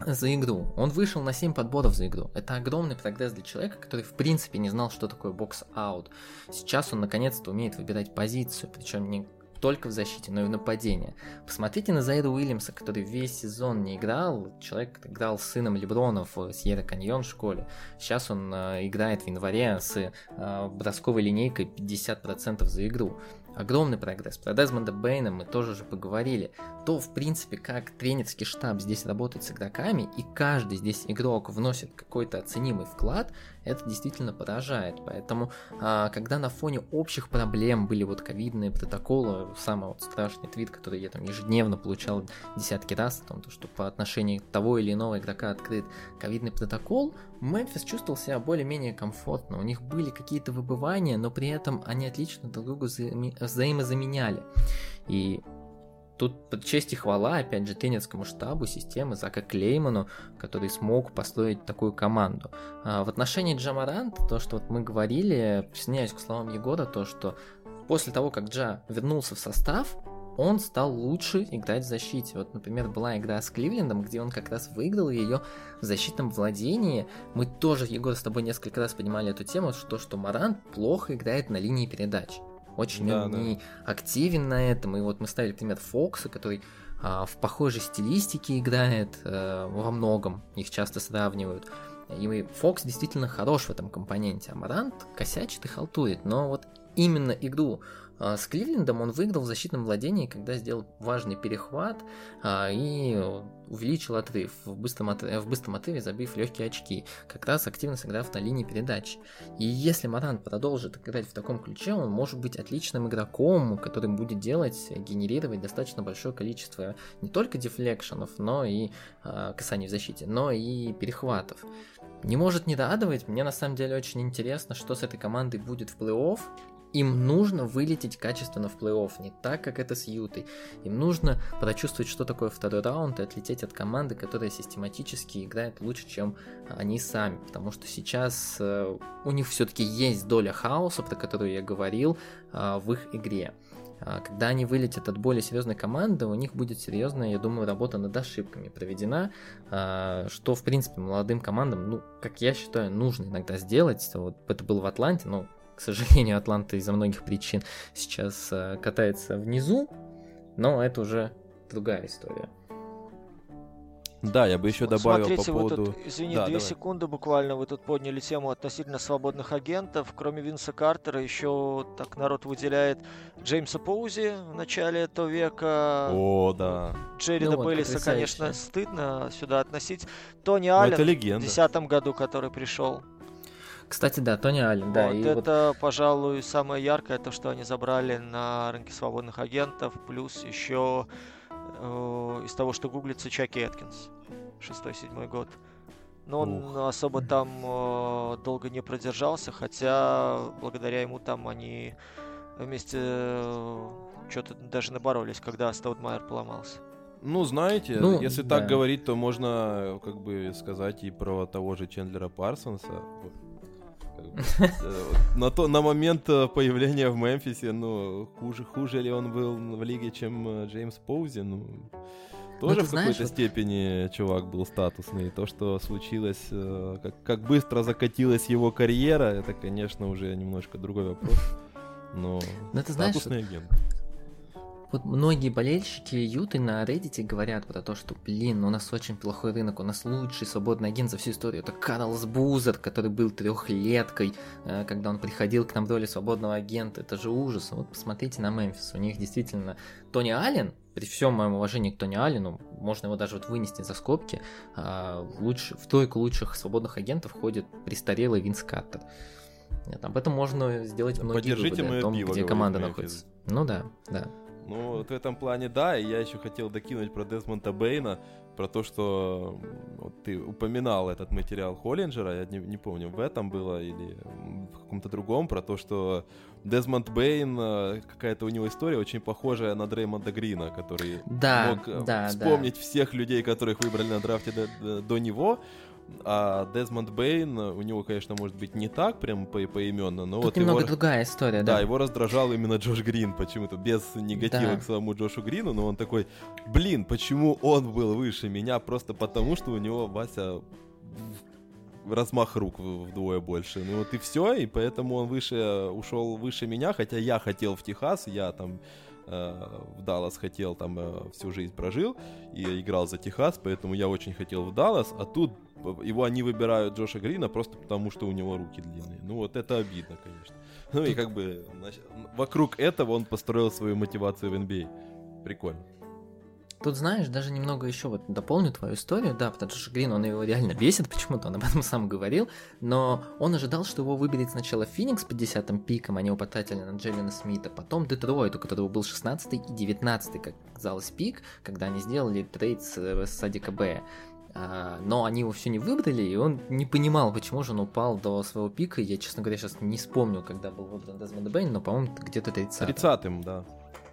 за игру. Он вышел на 7 подборов за игру. Это огромный прогресс для человека, который в принципе не знал, что такое бокс-аут. Сейчас он наконец-то умеет выбирать позицию, причем не только в защите, но и в нападении. Посмотрите на Заира Уильямса, который весь сезон не играл. Человек играл с сыном Леброна в Сьерра Каньон в школе. Сейчас он играет в январе с бросковой линейкой 50% за игру. Огромный прогресс. Про Дезмонда Бейна мы тоже уже поговорили. То, в принципе, как тренерский штаб здесь работает с игроками, и каждый здесь игрок вносит какой-то оценимый вклад, это действительно поражает. Поэтому, когда на фоне общих проблем были вот ковидные протоколы, самый вот страшный твит, который я там ежедневно получал десятки раз, о том, что по отношению того или иного игрока открыт ковидный протокол, Мемфис чувствовал себя более-менее комфортно. У них были какие-то выбывания, но при этом они отлично друг друга взаимозаменяли. И тут честь и хвала, опять же, тренерскому штабу системы Зака Клейману, который смог построить такую команду. В отношении Джа Моранта, то, что вот мы говорили, присоединяюсь к словам Егора, то, что после того, как Джа вернулся в состав, он стал лучше играть в защите. Вот, например, была игра с Кливлендом, где он как раз выиграл ее в защитном владении. Мы тоже, Егор, с тобой несколько раз поднимали эту тему, что Морант плохо играет на линии передач. Очень не активен на этом. И вот мы ставили пример Фокса, который в похожей стилистике играет во многом. Их часто сравнивают. И Фокс действительно хорош в этом компоненте. А Морант косячит и халтурит. Но вот именно игру с Кливлендом он выиграл в защитном владении, когда сделал важный перехват и увеличил отрыв в быстром отрыве, забив легкие очки, как раз активно сыграв на линии передач. И если Морант продолжит играть в таком ключе, он может быть отличным игроком, который будет генерировать достаточно большое количество не только дефлекшенов, но и касаний в защите, но и перехватов. Не может не радовать. Мне на самом деле очень интересно, что с этой командой будет в плей-офф. Им нужно вылететь качественно в плей-офф, не так, как это с Ютой. Им нужно прочувствовать, что такое второй раунд, и отлететь от команды, которая систематически играет лучше, чем они сами. Потому что сейчас у них все-таки есть доля хаоса, про которую я говорил, в их игре. Когда они вылетят от более серьезной команды, у них будет серьезная, я думаю, работа над ошибками проведена, что, в принципе, молодым командам, как я считаю, нужно иногда сделать. Вот это было в Атланте, но, к сожалению, Атланта из-за многих причин сейчас катается внизу, но это уже другая история. Да, я бы еще добавил Смотрите, по поводу... Вы тут, извини, 2 секунды буквально, вы тут подняли тему относительно свободных агентов. Кроме Винса Картера, еще так народ выделяет Джеймса Поузи в начале этого века. О, да. Джерида Бейлиса, конечно, стыдно сюда относить. Тони Аллен в 2010 году, который пришел. Кстати, да, Тони Аллен, да. Вот это, пожалуй, самое яркое, то, что они забрали на рынке свободных агентов, плюс еще из того, что гуглится, Чаки Эткинс, 6-7 год. Но он особо там долго не продержался, хотя благодаря ему там они вместе что-то даже наборолись, когда Стаудмайер поломался. Ну, знаете, если так говорить, то можно как бы сказать и про того же Чендлера Парсонса. На момент появления в Мемфисе, хуже ли он был в лиге, чем Джеймс Поузи, тоже в какой-то степени чувак был статусный. То, что случилось, как быстро закатилась его карьера, это, конечно, уже немножко другой вопрос. Но статусный агент. Вот многие болельщики Юты на Reddit говорят про то, что, у нас очень плохой рынок, у нас лучший свободный агент за всю историю. Это Карлс Бузер, который был 3-леткой, когда он приходил к нам в роли свободного агента. Это же ужас. Вот посмотрите на Мемфис. У них действительно Тони Аллен, при всем моем уважении к Тони Аллену, можно его даже вынести за скобки, в тройку лучших свободных агентов входит престарелый Винс Картер. Об этом можно сделать многие выводы о том, где команда находится. Ну да. Вот в этом плане да, и я еще хотел докинуть про Дезмонда Бейна, про то, что ты упоминал этот материал Холлинджера, я не помню, в этом было или в каком-то другом, про то, что Дезмонд Бейн, какая-то у него история очень похожая на Дреймонда Грина, который мог вспомнить всех людей, которых выбрали на драфте до него. А Дезмонд Бейн, у него, конечно, может быть не так прям поименно, но Тут вот немного другая история, да. Да, его раздражал именно Джош Грин почему-то, без негатива к самому Джошу Грину, но он такой, блин, почему он был выше меня? Просто потому, что у него, Вася, размах рук вдвое больше. Ну вот и все, и поэтому он ушел выше меня, хотя я хотел в Техас, я там в Даллас хотел, там всю жизнь прожил и играл за Техас, поэтому я очень хотел в Даллас, а тут они выбирают Джоша Грина просто потому, что у него руки длинные. Ну вот это обидно, конечно. Ну и как бы вокруг этого он построил свою мотивацию в NBA. Прикольно. Тут, знаешь, даже немного еще вот дополню твою историю, да, потому что Грин, он его реально бесит почему-то, он об этом сам говорил, но он ожидал, что его выберет сначала Феникс по 10-м пикам, они его потратили на Джейлена Смита, потом Детройт, у которого был 16-й и 19-й, как казалось, пик, когда они сделали трейд с Садика Б. Но они его все не выбрали, и он не понимал, почему же он упал до своего пика. Я, честно говоря, сейчас не вспомню, когда был выбран Дезмонд Бейн, но, по-моему, где-то 30-м. 30-м, да.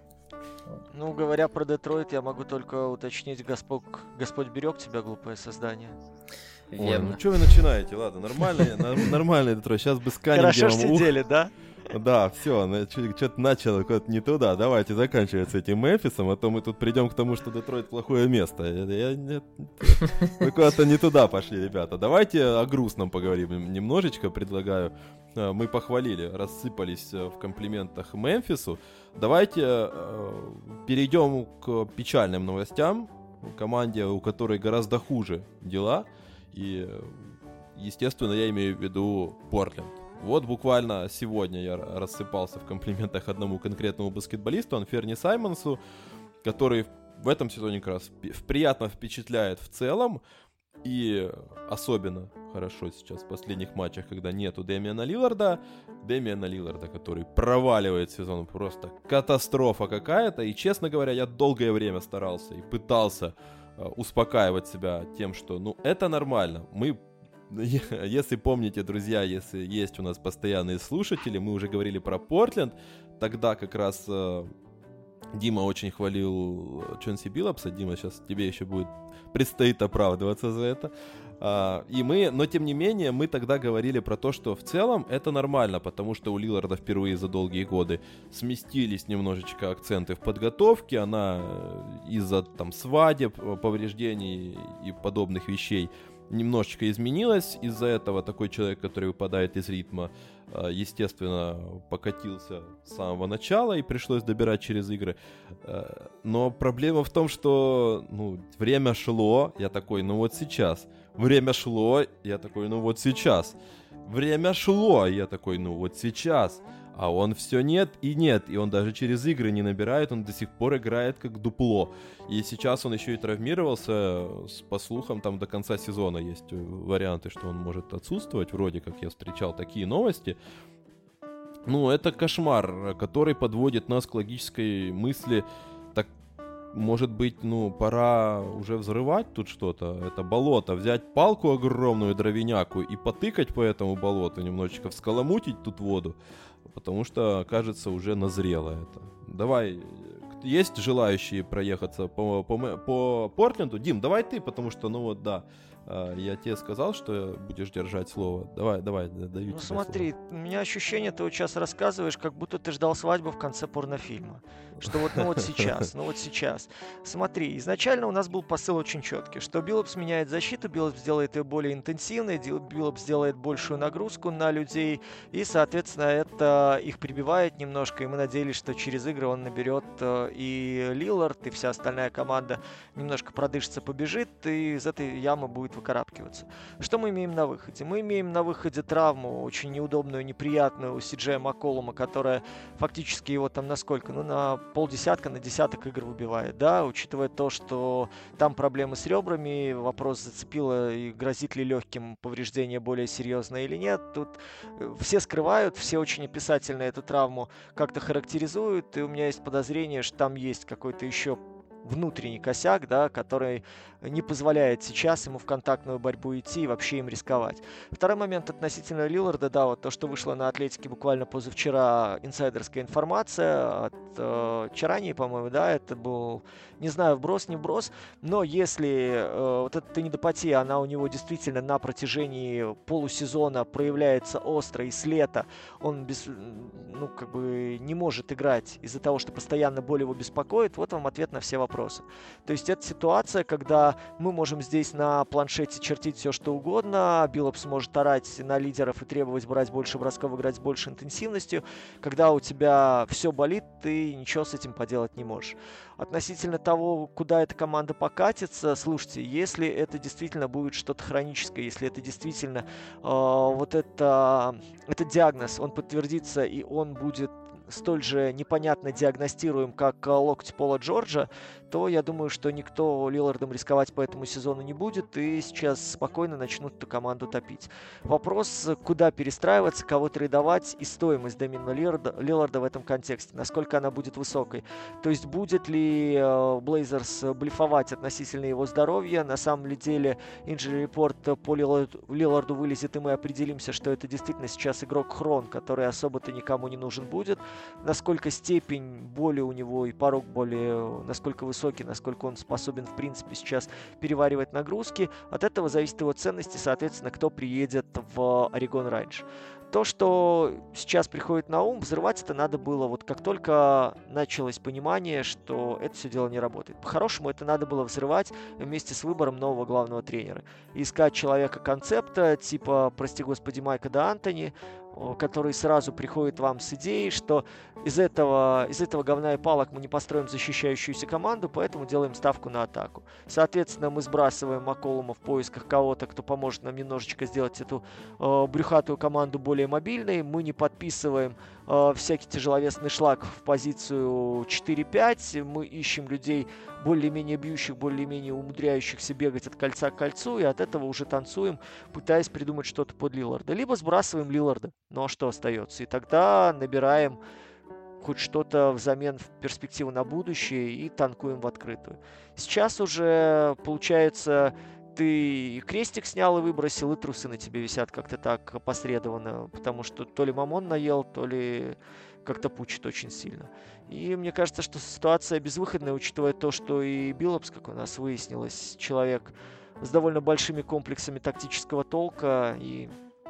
Ну, говоря про Детройт, я могу только уточнить, Господь берег тебя, глупое создание. Верно. Ой, ну что вы начинаете? Ладно, нормальный Детройт. Сейчас бы с Хорошо сидели, да? Да, все, что-то начало куда-то не туда. Давайте заканчивать с этим Мемфисом, а то мы тут придем к тому, что Детройт плохое место. Вы куда-то не туда пошли, ребята. Давайте о грустном поговорим немножечко, предлагаю. Мы похвалили, рассыпались в комплиментах Мемфису. Давайте перейдем к печальным новостям. Команде, у которой гораздо хуже дела. И, естественно, я имею в виду Портленд. Вот буквально сегодня я рассыпался в комплиментах одному конкретному баскетболисту, Анферни Саймонсу, который в этом сезоне как раз приятно впечатляет в целом. И особенно хорошо сейчас в последних матчах, когда нету Дэмиана Лилларда, который проваливает сезон, просто катастрофа какая-то. И, честно говоря, я долгое время старался и пытался успокаивать себя тем, что, это нормально. Если помните, друзья, если есть у нас постоянные слушатели, мы уже говорили про Портленд, тогда как раз Дима очень хвалил Чонси Биллапса. Дима, сейчас тебе еще предстоит оправдываться за это. Но тем не менее, мы тогда говорили про то, что в целом это нормально, потому что у Лилларда впервые за долгие годы сместились немножечко акценты в подготовке, она из-за свадеб, повреждений и подобных вещей немножечко изменилась. Из-за этого такой человек, который выпадает из ритма, естественно, покатился с самого начала и пришлось добирать через игры. Но проблема в том, что время шло, я такой, вот сейчас. Время шло, я такой, вот сейчас. Время шло, я такой, вот сейчас. А он все нет, и он даже через игры не набирает, он до сих пор играет как дупло. И сейчас он еще и травмировался, по слухам, там до конца сезона есть варианты, что он может отсутствовать, вроде как я встречал такие новости. Это кошмар, который подводит нас к логической мысли, так, может быть, пора уже взрывать тут что-то, это болото, взять палку огромную, дровяняку и потыкать по этому болоту, немножечко вскаламутить тут воду. Потому что, кажется, уже назрело это. Давай, есть желающие проехаться по Портленду? Дим, давай ты, потому что, да, я тебе сказал, что будешь держать слово. Давай, даю тебе смотри, слово. У меня ощущение, ты вот сейчас рассказываешь, как будто ты ждал свадьбу в конце порнофильма. Что вот сейчас. Смотри, изначально у нас был посыл очень четкий, что Биллапс меняет защиту, Биллапс сделает ее более интенсивной, Биллапс сделает большую нагрузку на людей, и, соответственно, это их прибивает немножко, и мы надеялись, что через игры он наберет и Лиллард, и вся остальная команда немножко продышится, побежит, и из этой ямы будет выкарабкиваться. Что мы имеем на выходе? Мы имеем на выходе травму, очень неудобную, неприятную у Си-Джея Макколума, которая фактически его там на сколько? На полдесятка, на десяток игр выбивает, да, учитывая то, что там проблемы с ребрами, вопрос, зацепило и грозит ли легким повреждение более серьезное или нет. Тут все скрывают, все очень описательно эту травму как-то характеризуют, и у меня есть подозрение, что там есть какой-то еще внутренний косяк, да, который не позволяет сейчас ему в контактную борьбу идти и вообще им рисковать. Второй момент относительно Лилларда, да, вот то, что вышло на Атлетике буквально позавчера, инсайдерская информация от Чарани, по-моему, да, это был, не знаю, вброс, не вброс, но если вот эта тендинопатия, она у него действительно на протяжении полусезона проявляется остро, и с лета он не может играть из-за того, что постоянно боль его беспокоит, вот вам ответ на все вопросы. То есть это ситуация, когда мы можем здесь на планшете чертить все, что угодно, Биллопс может орать на лидеров и требовать брать больше бросков, играть с большей интенсивностью. Когда у тебя все болит, ты ничего с этим поделать не можешь. Относительно того, куда эта команда покатится, слушайте, если это действительно будет что-то хроническое, если это действительно этот диагноз, он подтвердится и он будет столь же непонятно диагностируем, как локоть Пола Джорджа, то я думаю, что никто Лиллардом рисковать по этому сезону не будет, и сейчас спокойно начнут эту команду топить. Вопрос, куда перестраиваться, кого трейдовать, и стоимость Дэмиана Лилларда в этом контексте, насколько она будет высокой. То есть будет ли Блейзерс блефовать относительно его здоровья, на самом деле injury report по Лилларду вылезет, и мы определимся, что это действительно сейчас игрок Хрон, который особо-то никому не нужен будет. Насколько степень боли у него и порог боли, насколько высокий, насколько он способен, в принципе, сейчас переваривать нагрузки. От этого зависит его ценность и, соответственно, кто приедет в Орегон раньше. То, что сейчас приходит на ум, взрывать это надо было вот как только началось понимание, что это все дело не работает. По-хорошему, это надо было взрывать вместе с выбором нового главного тренера. Искать человека-концепта, типа, прости господи, Майка да Антони, который сразу приходит вам с идеей, что из этого говна и палок мы не построим защищающуюся команду, поэтому делаем ставку на атаку. Соответственно, мы сбрасываем Макколума в поисках кого-то, кто поможет нам немножечко сделать эту брюхатую команду более мобильной. Мы не подписываем всякий тяжеловесный шлак в позицию 4-5. Мы ищем людей более-менее бьющих, более-менее умудряющихся бегать от кольца к кольцу, и от этого уже танцуем, пытаясь придумать что-то под Лилларда. Либо сбрасываем Лилларда, ну а что остается? И тогда набираем хоть что-то взамен в перспективу на будущее и танкуем в открытую. Сейчас уже, получается, ты крестик снял и выбросил, и трусы на тебе висят как-то так опосредованно, потому что то ли мамон наел, то ли как-то пучит очень сильно. И мне кажется, что ситуация безвыходная, учитывая то, что и Биллопс, как у нас выяснилось, человек с довольно большими комплексами тактического толка, и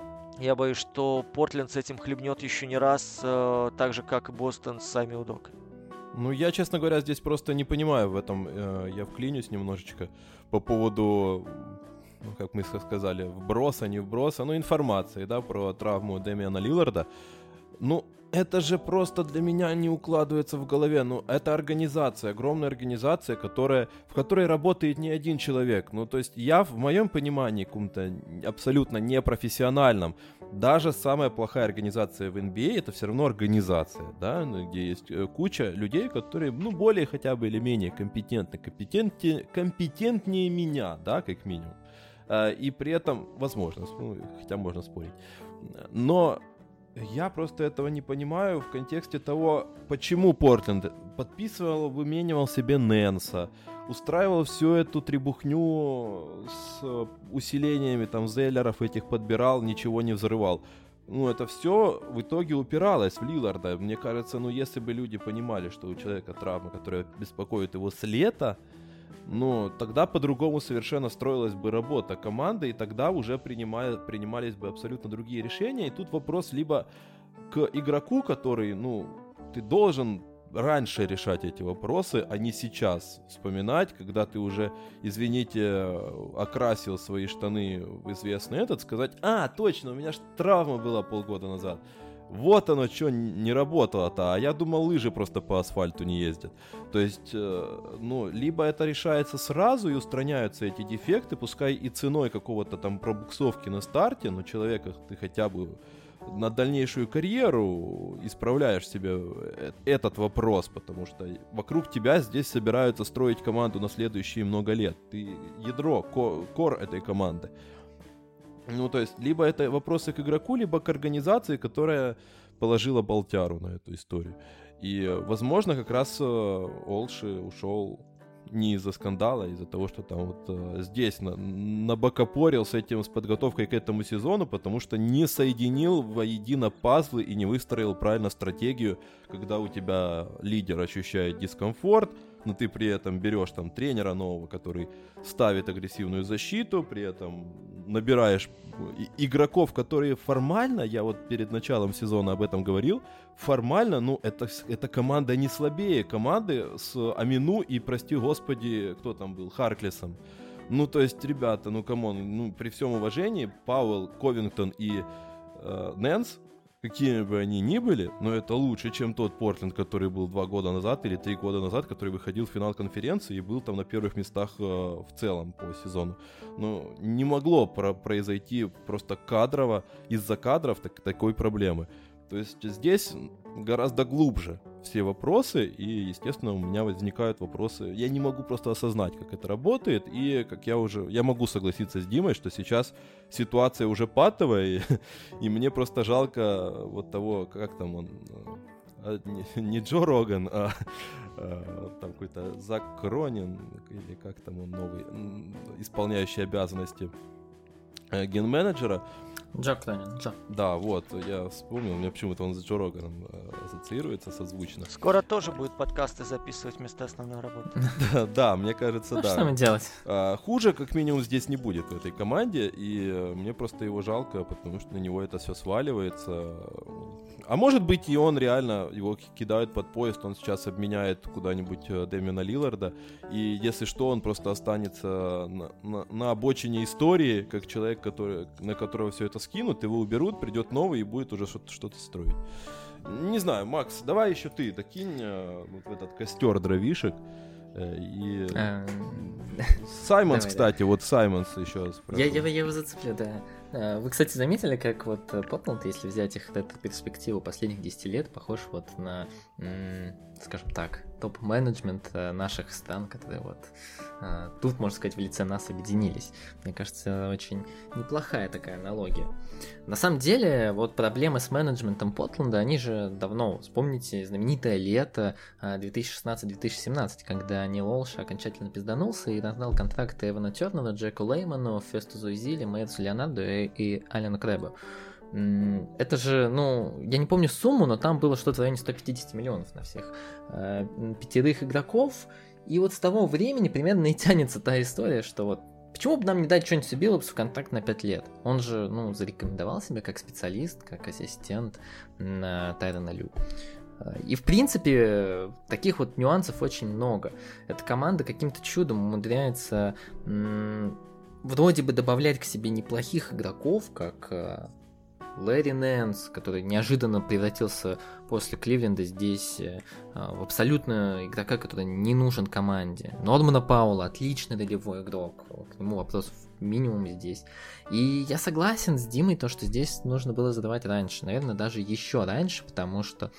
я боюсь, что Портленд с этим хлебнет еще не раз, так же, как и Бостон с Сами Удокой. Ну, я, честно говоря, здесь просто не понимаю в этом, я вклинюсь немножечко по поводу, ну, как мы сказали, вброса, не вброса, ну, информации, да, про травму Дэмиана Лилларда. Ну, это же просто для меня не укладывается в голове. Ну, это организация, огромная организация, в которой работает не один человек. Ну, то есть я, в моем понимании, каком-то абсолютно непрофессиональном, даже самая плохая организация в NBA, это все равно организация, да, где есть куча людей, которые, ну, более хотя бы или менее компетентнее меня, да, как минимум. И при этом, возможно, ну, хотя можно спорить, но я просто этого не понимаю в контексте того, почему Портленд подписывал, выменивал себе Нэнса, устраивал всю эту требухню с усилениями, там, Зеллеров этих подбирал, ничего не взрывал. Ну, это все в итоге упиралось в Лилларда. Мне кажется, ну, если бы люди понимали, что у человека травма, которая беспокоит его с лета, ну, тогда по-другому совершенно строилась бы работа команды, и тогда уже принимались бы абсолютно другие решения. И тут вопрос либо к игроку, который, ну, ты должен раньше решать эти вопросы, а не сейчас вспоминать, когда ты уже, извините, окрасил свои штаны в известный сказать: а, точно, у меня же травма была полгода назад. Вот оно что не работало-то, а я думал, лыжи просто по асфальту не ездят. То есть, ну, либо это решается сразу и устраняются эти дефекты, пускай и ценой какого-то там пробуксовки на старте, но человека ты хотя бы на дальнейшую карьеру исправляешь себе этот вопрос, потому что вокруг тебя здесь собираются строить команду на следующие много лет. Ты ядро, кор этой команды. Ну, то есть, либо это вопросы к игроку, либо к организации, которая положила болтяру на эту историю. И, возможно, как раз Олши ушел, не из-за скандала, а из-за того, что там вот здесь набокопорил с подготовкой к этому сезону, потому что не соединил воедино пазлы и не выстроил правильно стратегию, когда у тебя лидер ощущает дискомфорт, но ты при этом берешь там тренера нового, который ставит агрессивную защиту, при этом набираешь игроков, которые формально, я вот перед началом сезона об этом говорил, формально, ну, это команда не слабее команды с Амину и, прости господи, кто там был, Харклесом. Ну, то есть, ребята, ну, камон, ну, при всем уважении, Пауэлл, Ковингтон и Нэнс, какими бы они ни были, но это лучше, чем тот Портленд, который был 2 года назад или 3 года назад, который выходил в финал конференции и был там на первых местах в целом по сезону. Ну, не могло произойти просто кадрово, из-за кадров такой проблемы. То есть здесь гораздо глубже все вопросы, и, естественно, у меня возникают вопросы. Я не могу просто осознать, как это работает, и как я могу согласиться с Димой, что сейчас ситуация уже патовая, и мне просто жалко вот того, как там он, не Джо Роган, а там какой-то Зак Кронин, или как там он новый, исполняющий обязанности ген-менеджера. Джо Кронин, Джо. Да, вот, я вспомнил, у меня почему-то он с Джо Роганом ассоциируется созвучно. Скоро тоже будет подкасты записывать вместо основной работы. Да, мне кажется, да. Что нам делать? Хуже, как минимум, здесь не будет в этой команде, и мне просто его жалко, потому что на него это все сваливается. А может быть, и он реально, его кидают под поезд, он сейчас обменяет куда-нибудь Дэмиана Лилларда, и если что, он просто останется на обочине истории, как человек, на которого все это скинут, его уберут, придет новый и будет уже что-то строить. Не знаю, Макс, давай еще ты докинь вот в этот костер дровишек. И Саймонс, кстати, вот Саймонс еще спрашивал. Я его зацеплю, да. Вы, кстати, заметили, как вот Портленд, если взять их эту перспективу последних 10 лет, похож вот на, скажем так, топ-менеджмент наших стран, которые вот тут, можно сказать, в лице нас объединились. Мне кажется, очень неплохая такая аналогия. На самом деле, вот проблемы с менеджментом Портленда, они же давно, вспомните, знаменитое лето 2016-2017, когда Нил Олш окончательно пизданулся и раздал контракты Эвану Тернеру, Джеку Лейману, Фестусу Изили, Мэтсу Леонарду и Алену Крэбу. Это же, ну, я не помню сумму, но там было что-то в районе 150 миллионов на всех 5 игроков. И вот с того времени примерно и тянется та история, что вот почему бы нам не дать Чонси Биллупсу контракт на 5 лет? Он же, ну, зарекомендовал себя как специалист, как ассистент на Тайрона Лю. И, в принципе, таких вот нюансов очень много. Эта команда каким-то чудом умудряется вроде бы добавлять к себе неплохих игроков, как Лэри Нэнс, который неожиданно превратился после Кливленда здесь в абсолютно игрока, который не нужен команде. Нормана Пауэлла, отличный ролевой игрок, к нему вопросов минимум здесь. И я согласен с Димой, то, что здесь нужно было задавать раньше, наверное, даже еще раньше, потому что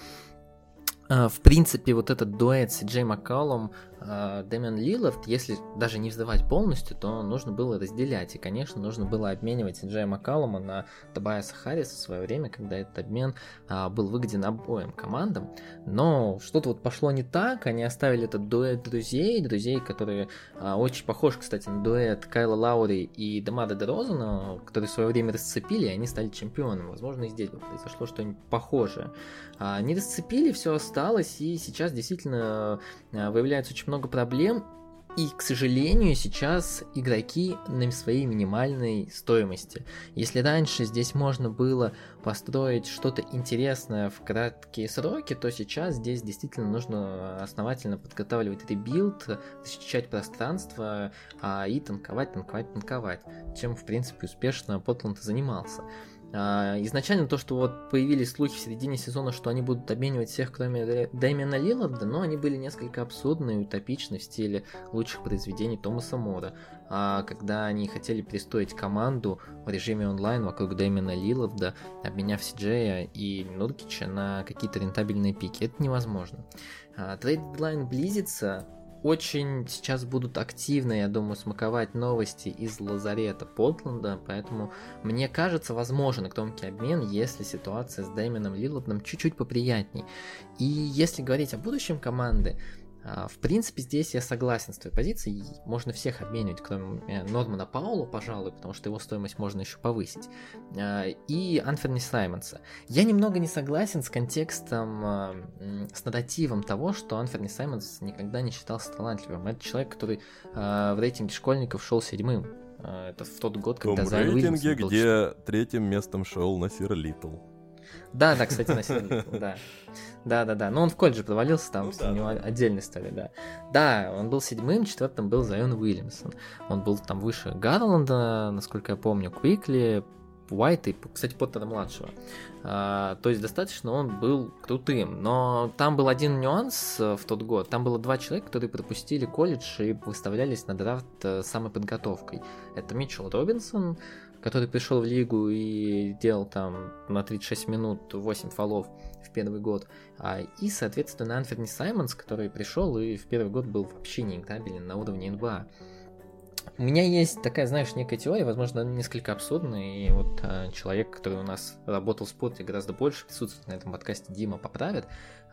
в принципе, вот этот дуэт с Джей Макколлум, Дэмиан Лиллард, если даже не вздавать полностью, то нужно было разделять. И, конечно, нужно было обменивать Джея Макколлума на Тобайаса Харриса в свое время, когда этот обмен был выгоден обоим командам. Но что-то вот пошло не так. Они оставили этот дуэт друзей, которые очень похожи, кстати, на дуэт Кайла Лаури и Демара Дерозана, которые в свое время расцепили, и они стали чемпионами. Возможно, и здесь произошло что-нибудь похожее. Они расцепили, все осталось, и сейчас действительно выявляется очень много проблем, и, к сожалению, сейчас игроки на своей минимальной стоимости. Если раньше здесь можно было построить что-то интересное в краткие сроки, то сейчас здесь действительно нужно основательно подготавливать ребилд, защищать пространство и танковать, чем, в принципе, успешно Портленд занимался. Изначально то, что вот появились слухи в середине сезона, что они будут обменивать всех, кроме Дэмиана Лилларда, но они были несколько абсурдны и утопичны в стиле лучших произведений Томаса Мора, когда они хотели перестроить команду в режиме онлайн вокруг Дэмиана Лилларда, обменяв Си-Джея и Нуркича на какие-то рентабельные пики. Это невозможно. Трейд-дедлайн близится. Очень сейчас будут активно, я думаю, смаковать новости из лазарета Портленда, поэтому мне кажется, возможен громкий обмен, если ситуация с Дэмианом Лиллардом чуть-чуть поприятней. И если говорить о будущем команды, В принципе, здесь я согласен с твоей позицией. Можно всех обменивать, кроме Нормана Пауэлла, пожалуй, потому что его стоимость можно еще повысить. И Анферни Саймонса. Я немного не согласен с контекстом, с нарративом того, что Анферни Саймонс никогда не считался талантливым. Это человек, который в рейтинге школьников шел 7-м. Это в тот год, когда Зайон Уильямсон был... В том рейтинге, где третьим местом шел Насир Литл. Да, кстати, Насир Литл, да. Да. Но он в колледже провалился, там у него отдельная история, да. Да, он был 7-м, 4-м был Зайон Уильямсон. Он был там выше Гарланда, насколько я помню, Квикли, Уайта и, кстати, Поттера-младшего. То есть достаточно он был крутым. Но там был один нюанс в тот год. Там было 2 человека, которые пропустили колледж и выставлялись на драфт самой подготовкой. Это Митчелл Робинсон, который пришел в лигу и делал там на 36 минут 8 фолов в первый год. И, соответственно, Анферни Саймонс, который пришел и в первый год был вообще не играбелен на уровне НБА. У меня есть такая, знаешь, некая теория, возможно, несколько абсурдная, и вот человек, который у нас работал в спорте гораздо больше, присутствует на этом подкасте, Дима поправит.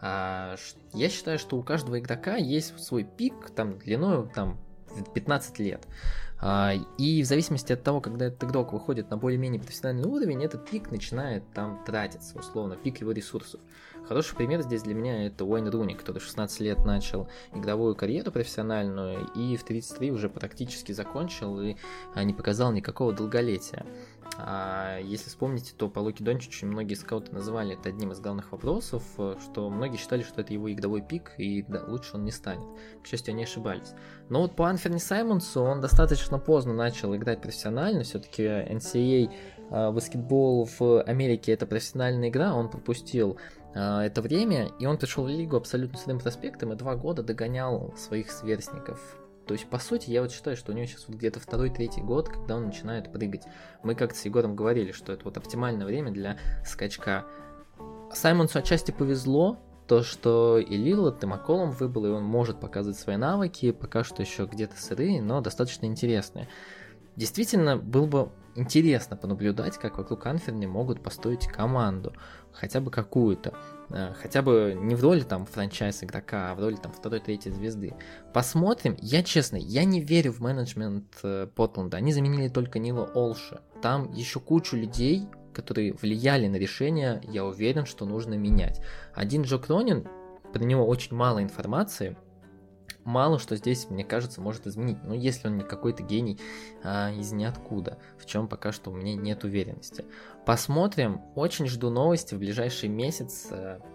Я считаю, что у каждого игрока есть свой пик, там, длиной, там, 15 лет. И в зависимости от того, когда этот игрок выходит на более-менее профессиональный уровень, этот пик начинает там тратиться, условно, пик его ресурсов. Хороший пример здесь для меня это Уэйн Руни, который в 16 лет начал игровую карьеру профессиональную и в 33 уже практически закончил и не показал никакого долголетия. Если вспомните, то по Луке Дончичу многие скауты называли это одним из главных вопросов, что многие считали, что это его игровой пик, и лучше он не станет. К счастью, они ошибались. Но вот по Анферни Саймонсу он достаточно поздно начал играть профессионально, все-таки NCAA баскетбол в Америке это профессиональная игра, он пропустил это время, и он пришел в лигу абсолютно своим проспектом и 2 года догонял своих сверстников. То есть, по сути, я вот считаю, что у него сейчас вот где-то 2-3 год, когда он начинает прыгать. Мы как-то с Егором говорили, что это вот оптимальное время для скачка. Саймонсу отчасти повезло, то, что и Лиллард, и Макколум выбыл, и он может показывать свои навыки, пока что еще где-то сырые, но достаточно интересные. Действительно, было бы интересно понаблюдать, как вокруг Анферни могут построить команду, хотя бы какую-то, хотя бы не в роли там франчайз игрока, а в роли там 2-3 звезды. Посмотрим. Я честно, я не верю в менеджмент Портленда. Они заменили только Нила Олша. Там еще кучу людей, которые влияли на решение, я уверен, что нужно менять. Один Джо Кронин, про него очень мало информации, мало что здесь, мне кажется, может изменить. Ну, если он не какой-то гений из ниоткуда, в чем пока что у меня нет уверенности. Посмотрим. Очень жду новости в ближайший месяц.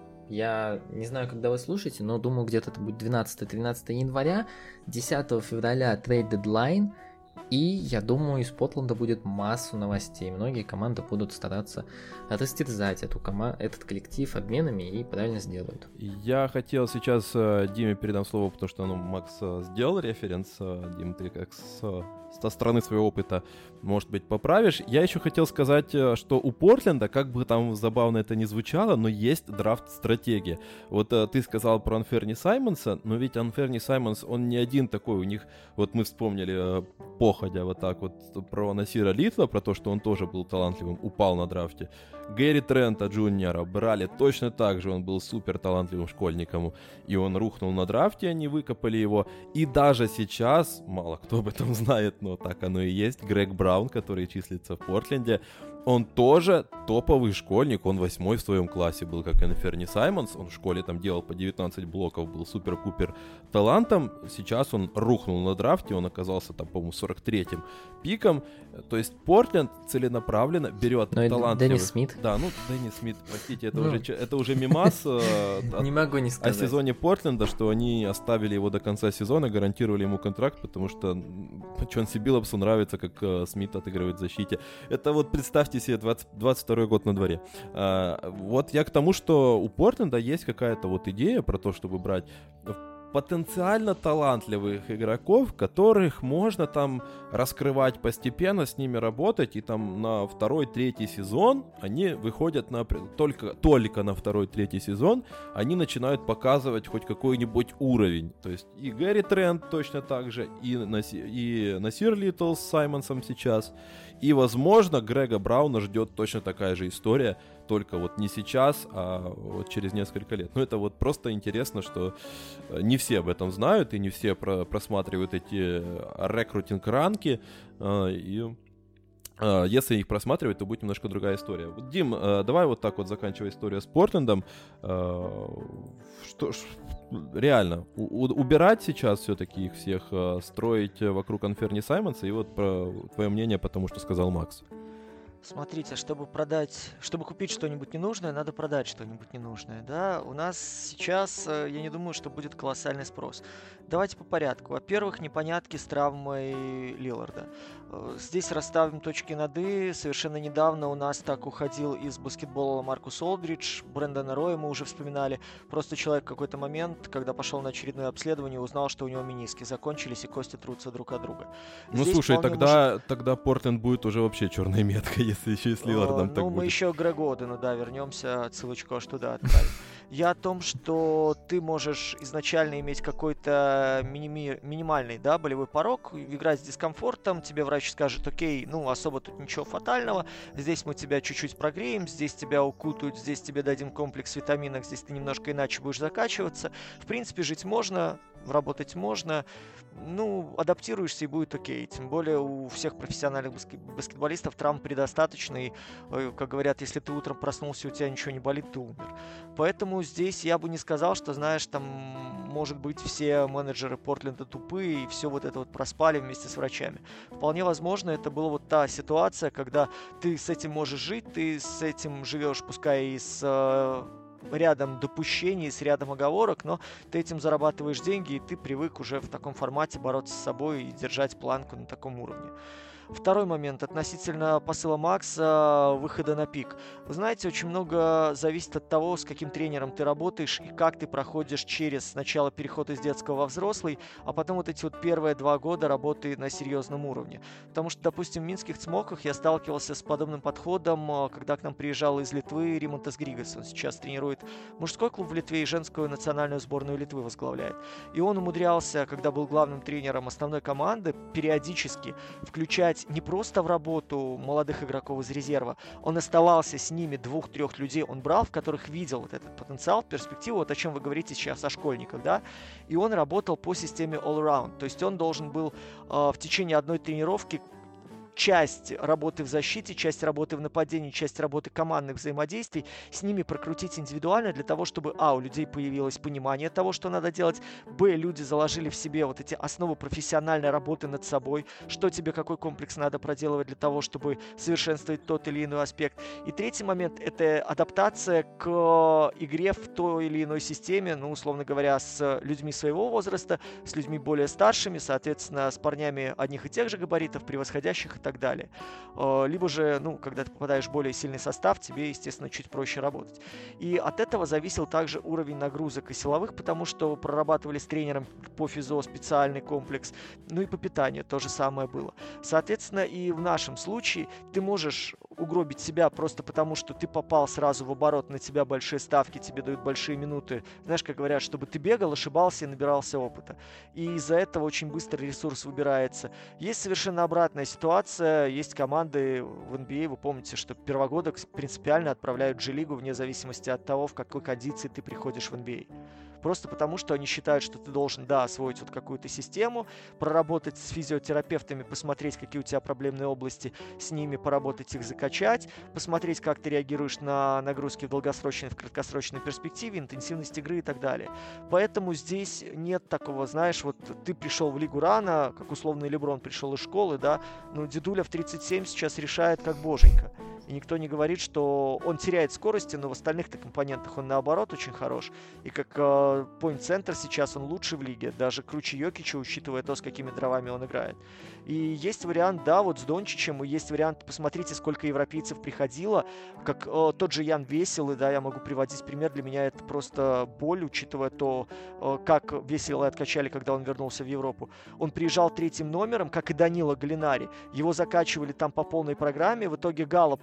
Я не знаю, когда вы слушаете, но думаю, где-то это будет 12-13 января. 10 февраля трейд-дедлайн. И я думаю, из Портленда будет массу новостей. Многие команды будут стараться растерзать этот коллектив обменами и правильно сделают. Я хотел сейчас Диме передам слово, потому что Макс сделал референс. Дим, ты как со стороны своего опыта, может быть, поправишь. Я еще хотел сказать, что у Портленда, как бы там забавно это ни звучало, но есть драфт-стратегия. Вот ты сказал про Анферни Саймонса, но ведь Анферни Саймонс, он не один такой. У них, вот мы вспомнили походя вот так вот про Насира Литла, про то, что он тоже был талантливым, упал на драфте. Гэри Трента Джуниора брали точно так же, он был супер талантливым школьником, и он рухнул на драфте, они выкопали его. И даже сейчас, мало кто об этом знает, но так оно и есть, Грег Браун, который числится в Портленде, он тоже топовый школьник, он 8-й в своем классе был, как Анферни Саймонс, он в школе там делал по 19 блоков, был супер-пупер талантом, сейчас он рухнул на драфте, он оказался там, по-моему, 43-м пиком, то есть Портленд целенаправленно берет талантливых... Деннис Смит. Да, Деннис Смит, простите, это уже мимас не могу не сказать. О сезоне Портленда, что они оставили его до конца сезона, гарантировали ему контракт, потому что Чонси Биллапсу нравится, как Смит отыгрывает в защите. Это вот представьте себе 22 год на дворе. Вот я к тому, что у Портленда есть какая-то вот идея про то, чтобы брать потенциально талантливых игроков, которых можно там раскрывать постепенно, с ними работать, и там на 2-3 сезон они выходят только на 2-3 сезон, они начинают показывать хоть какой-нибудь уровень. То есть и Гэри Трент точно так же, и Насир Литл с Саймонсом сейчас, И, возможно, Грега Брауна ждет точно такая же история, только вот не сейчас, а вот через несколько лет. Ну, это вот просто интересно, что не все об этом знают, и не все просматривают эти рекрутинг-ранки, и если их просматривать, то будет немножко другая история. Дим, давай вот так вот заканчивая историю с Портлендом. Реально, убирать сейчас все-таки их всех, строить вокруг Анферни Саймонса, и вот про твое мнение, потому что сказал Макс. Смотрите, чтобы купить что-нибудь ненужное, надо продать что-нибудь ненужное, да? У нас сейчас, я не думаю, что будет колоссальный спрос. Давайте по порядку. Во-первых, непонятки с травмой Лилларда. Здесь расставим точки над «и». Совершенно недавно у нас так уходил из баскетбола Маркус Олдридж, Брэндона Роя мы уже вспоминали. Просто человек в какой-то момент, когда пошел на очередное обследование, узнал, что у него мениски закончились и кости трутся друг от друга. Ну Здесь слушай, тогда Портленд будет уже вообще черной меткой, если еще и с Лиллардом так будет. Мы еще к Грегу Одену, вернемся, отсылочку аж туда отправим. Я о том, что ты можешь изначально иметь какой-то минимальный, болевой порог, играть с дискомфортом, тебе врач скажет: окей, особо тут ничего фатального, здесь мы тебя чуть-чуть прогреем, здесь тебя укутают, здесь тебе дадим комплекс витаминов, здесь ты немножко иначе будешь закачиваться. В принципе, жить можно, работать можно, адаптируешься и будет окей. Тем более у всех профессиональных баскетболистов травм предостаточно, и, как говорят, если ты утром проснулся и у тебя ничего не болит, ты умер. Поэтому здесь я бы не сказал, что, знаешь, там, может быть, все менеджеры Портленда тупые и все вот это вот проспали вместе с врачами. Вполне возможно, это была вот та ситуация, когда ты с этим можешь жить, ты с этим живешь, пускай и с рядом допущений, с рядом оговорок, но ты этим зарабатываешь деньги, и ты привык уже в таком формате бороться с собой и держать планку на таком уровне. Второй момент относительно посыла Макса, выхода на пик. Вы знаете, очень много зависит от того, с каким тренером ты работаешь и как ты проходишь через сначала переход из детского во взрослый, а потом вот эти вот первые 2 года работы на серьезном уровне. Потому что, допустим, в Минских Цмоках я сталкивался с подобным подходом, когда к нам приезжал из Литвы Римонтас Григас. Он сейчас тренирует мужской клуб в Литве и женскую национальную сборную Литвы возглавляет. И он умудрялся, когда был главным тренером основной команды, периодически включать не просто в работу молодых игроков из резерва, он оставался с ними 2-3 людей, он брал, в которых видел вот этот потенциал, перспективу, вот о чем вы говорите сейчас о школьниках, и он работал по системе all-around, то есть он должен был в течение одной тренировки часть работы в защите, часть работы в нападении, часть работы командных взаимодействий с ними прокрутить индивидуально для того, чтобы у людей появилось понимание того, что надо делать, люди заложили в себе вот эти основы профессиональной работы над собой, что тебе, какой комплекс надо проделывать для того, чтобы совершенствовать тот или иной аспект. И третий момент — это адаптация к игре в той или иной системе, условно говоря, с людьми своего возраста, с людьми более старшими, соответственно, с парнями одних и тех же габаритов, превосходящих и так далее. Либо же, когда ты попадаешь в более сильный состав, тебе, естественно, чуть проще работать. И от этого зависел также уровень нагрузок и силовых, потому что прорабатывали с тренером по физо специальный комплекс, и по питанию то же самое было. Соответственно, и в нашем случае ты можешь угробить себя просто потому, что ты попал сразу в оборот, на тебя большие ставки, тебе дают большие минуты. Знаешь, как говорят, чтобы ты бегал, ошибался и набирался опыта. И из-за этого очень быстро ресурс выбирается. Есть совершенно обратная ситуация. Есть команды в NBA, вы помните, что первогодок принципиально отправляют в G-лигу вне зависимости от того, в какой кондиции ты приходишь в NBA. Просто потому, что они считают, что ты должен, освоить вот какую-то систему, проработать с физиотерапевтами, посмотреть, какие у тебя проблемные области, с ними поработать, их закачать, посмотреть, как ты реагируешь на нагрузки в долгосрочной, в краткосрочной перспективе, интенсивность игры и так далее. Поэтому здесь нет такого, знаешь, вот ты пришел в лигу рано, как условный Леброн пришел из школы, дедуля в 37 сейчас решает как боженька. И никто не говорит, что он теряет скорости, но в остальных-то компонентах он наоборот очень хорош. И как point-центр сейчас он лучший в лиге, даже круче Йокича, учитывая то, с какими дровами он играет. И есть вариант, вот с Дончичем, и есть вариант, посмотрите, сколько европейцев приходило, как тот же Ян Веселый, я могу приводить пример, для меня это просто боль, учитывая то, как Веселый откачали, когда он вернулся в Европу. Он приезжал 3-м номером, как и Данила Галинари, его закачивали там по полной программе, в итоге Гала потерял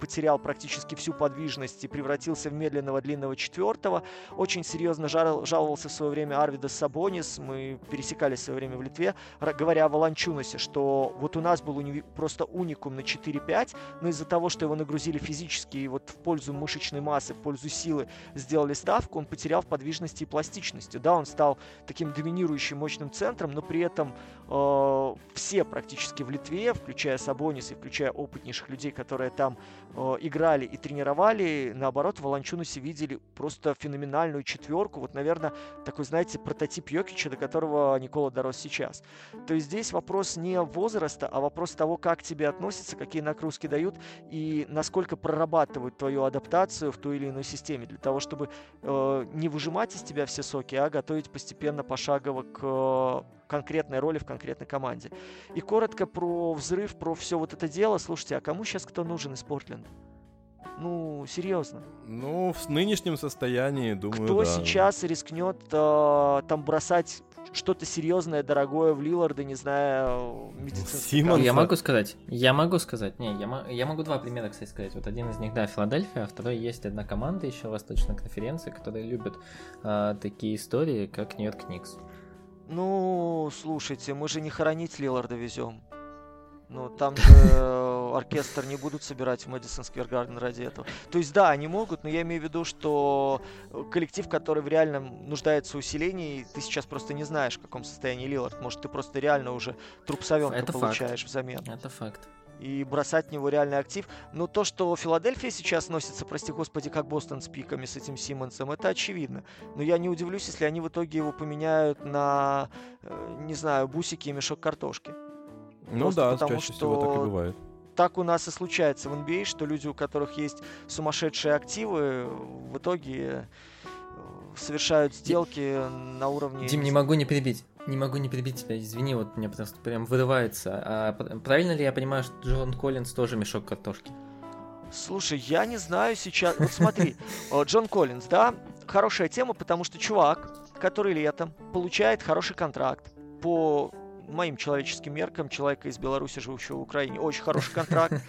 потерял практически всю подвижность и превратился в медленного длинного четвертого. Очень серьезно жаловался в свое время Арвидас Сабонис, мы пересекались в свое время в Литве, говоря о Волончунасе, что вот у нас был просто уникум на 4-5, но из-за того, что его нагрузили физически и вот в пользу мышечной массы, в пользу силы сделали ставку, он потерял в подвижности и пластичности. Да, он стал таким доминирующим мощным центром, но при этом все практически в Литве, включая Сабонис и включая опытнейших людей, которые там играли и тренировали, наоборот, в Волончунасе видели просто феноменальную четверку. Вот, наверное, такой, знаете, прототип Йокича, до которого Никола дорос сейчас. То есть здесь вопрос не возраста, а вопрос того, как к тебе относятся, какие нагрузки дают и насколько прорабатывают твою адаптацию в той или иной системе, для того, чтобы не выжимать из тебя все соки, а готовить постепенно, пошагово к конкретной роли в конкретной команде. И коротко про взрыв, про все вот это дело. Слушайте, а кому сейчас кто нужен из Портленда? Ну, серьезно. Ну, в нынешнем состоянии, думаю, кто да. сейчас рискнет там бросать что-то серьезное, дорогое в Лилларда, не знаю, медицинский Симмонса. Я могу сказать. Не, я могу два примера, кстати, сказать. Вот один из них, да, Филадельфия, а второй есть одна команда еще в Восточной конференции, которая любит такие истории, как Нью-Йорк Никс. Ну, слушайте, мы же не хоронить Лилларда везем. Ну, там же оркестр не будут собирать в Мэдисон Сквер Гарден ради этого. То есть, да, они могут, но я имею в виду, что коллектив, который в реальном нуждается в усилении, ты сейчас просто не знаешь, в каком состоянии Лиллард. Может, ты просто реально уже труп совенка получаешь взамен. Это факт. И бросать в него реальный актив. Но то, что Филадельфия сейчас носится, прости господи, как Бостон с пиками, с этим Симмонсом, это очевидно. Но я не удивлюсь, если они в итоге его поменяют на, не знаю, бусики и мешок картошки. Ну Просто да, потому, чаще всего так и бывает. Так у нас и случается в NBA, что люди, у которых есть сумасшедшие активы, в итоге совершают сделки на уровне... Дим, не могу не перебить тебя, извини, вот мне просто прям вырывается. А правильно ли я понимаю, что Джон Коллинз тоже мешок картошки? Слушай, я не знаю сейчас... Вот смотри, Джон Коллинз, да, хорошая тема, потому что чувак, который летом получает хороший контракт по моим человеческим меркам, человека из Беларуси, живущего в Украине, очень хороший контракт.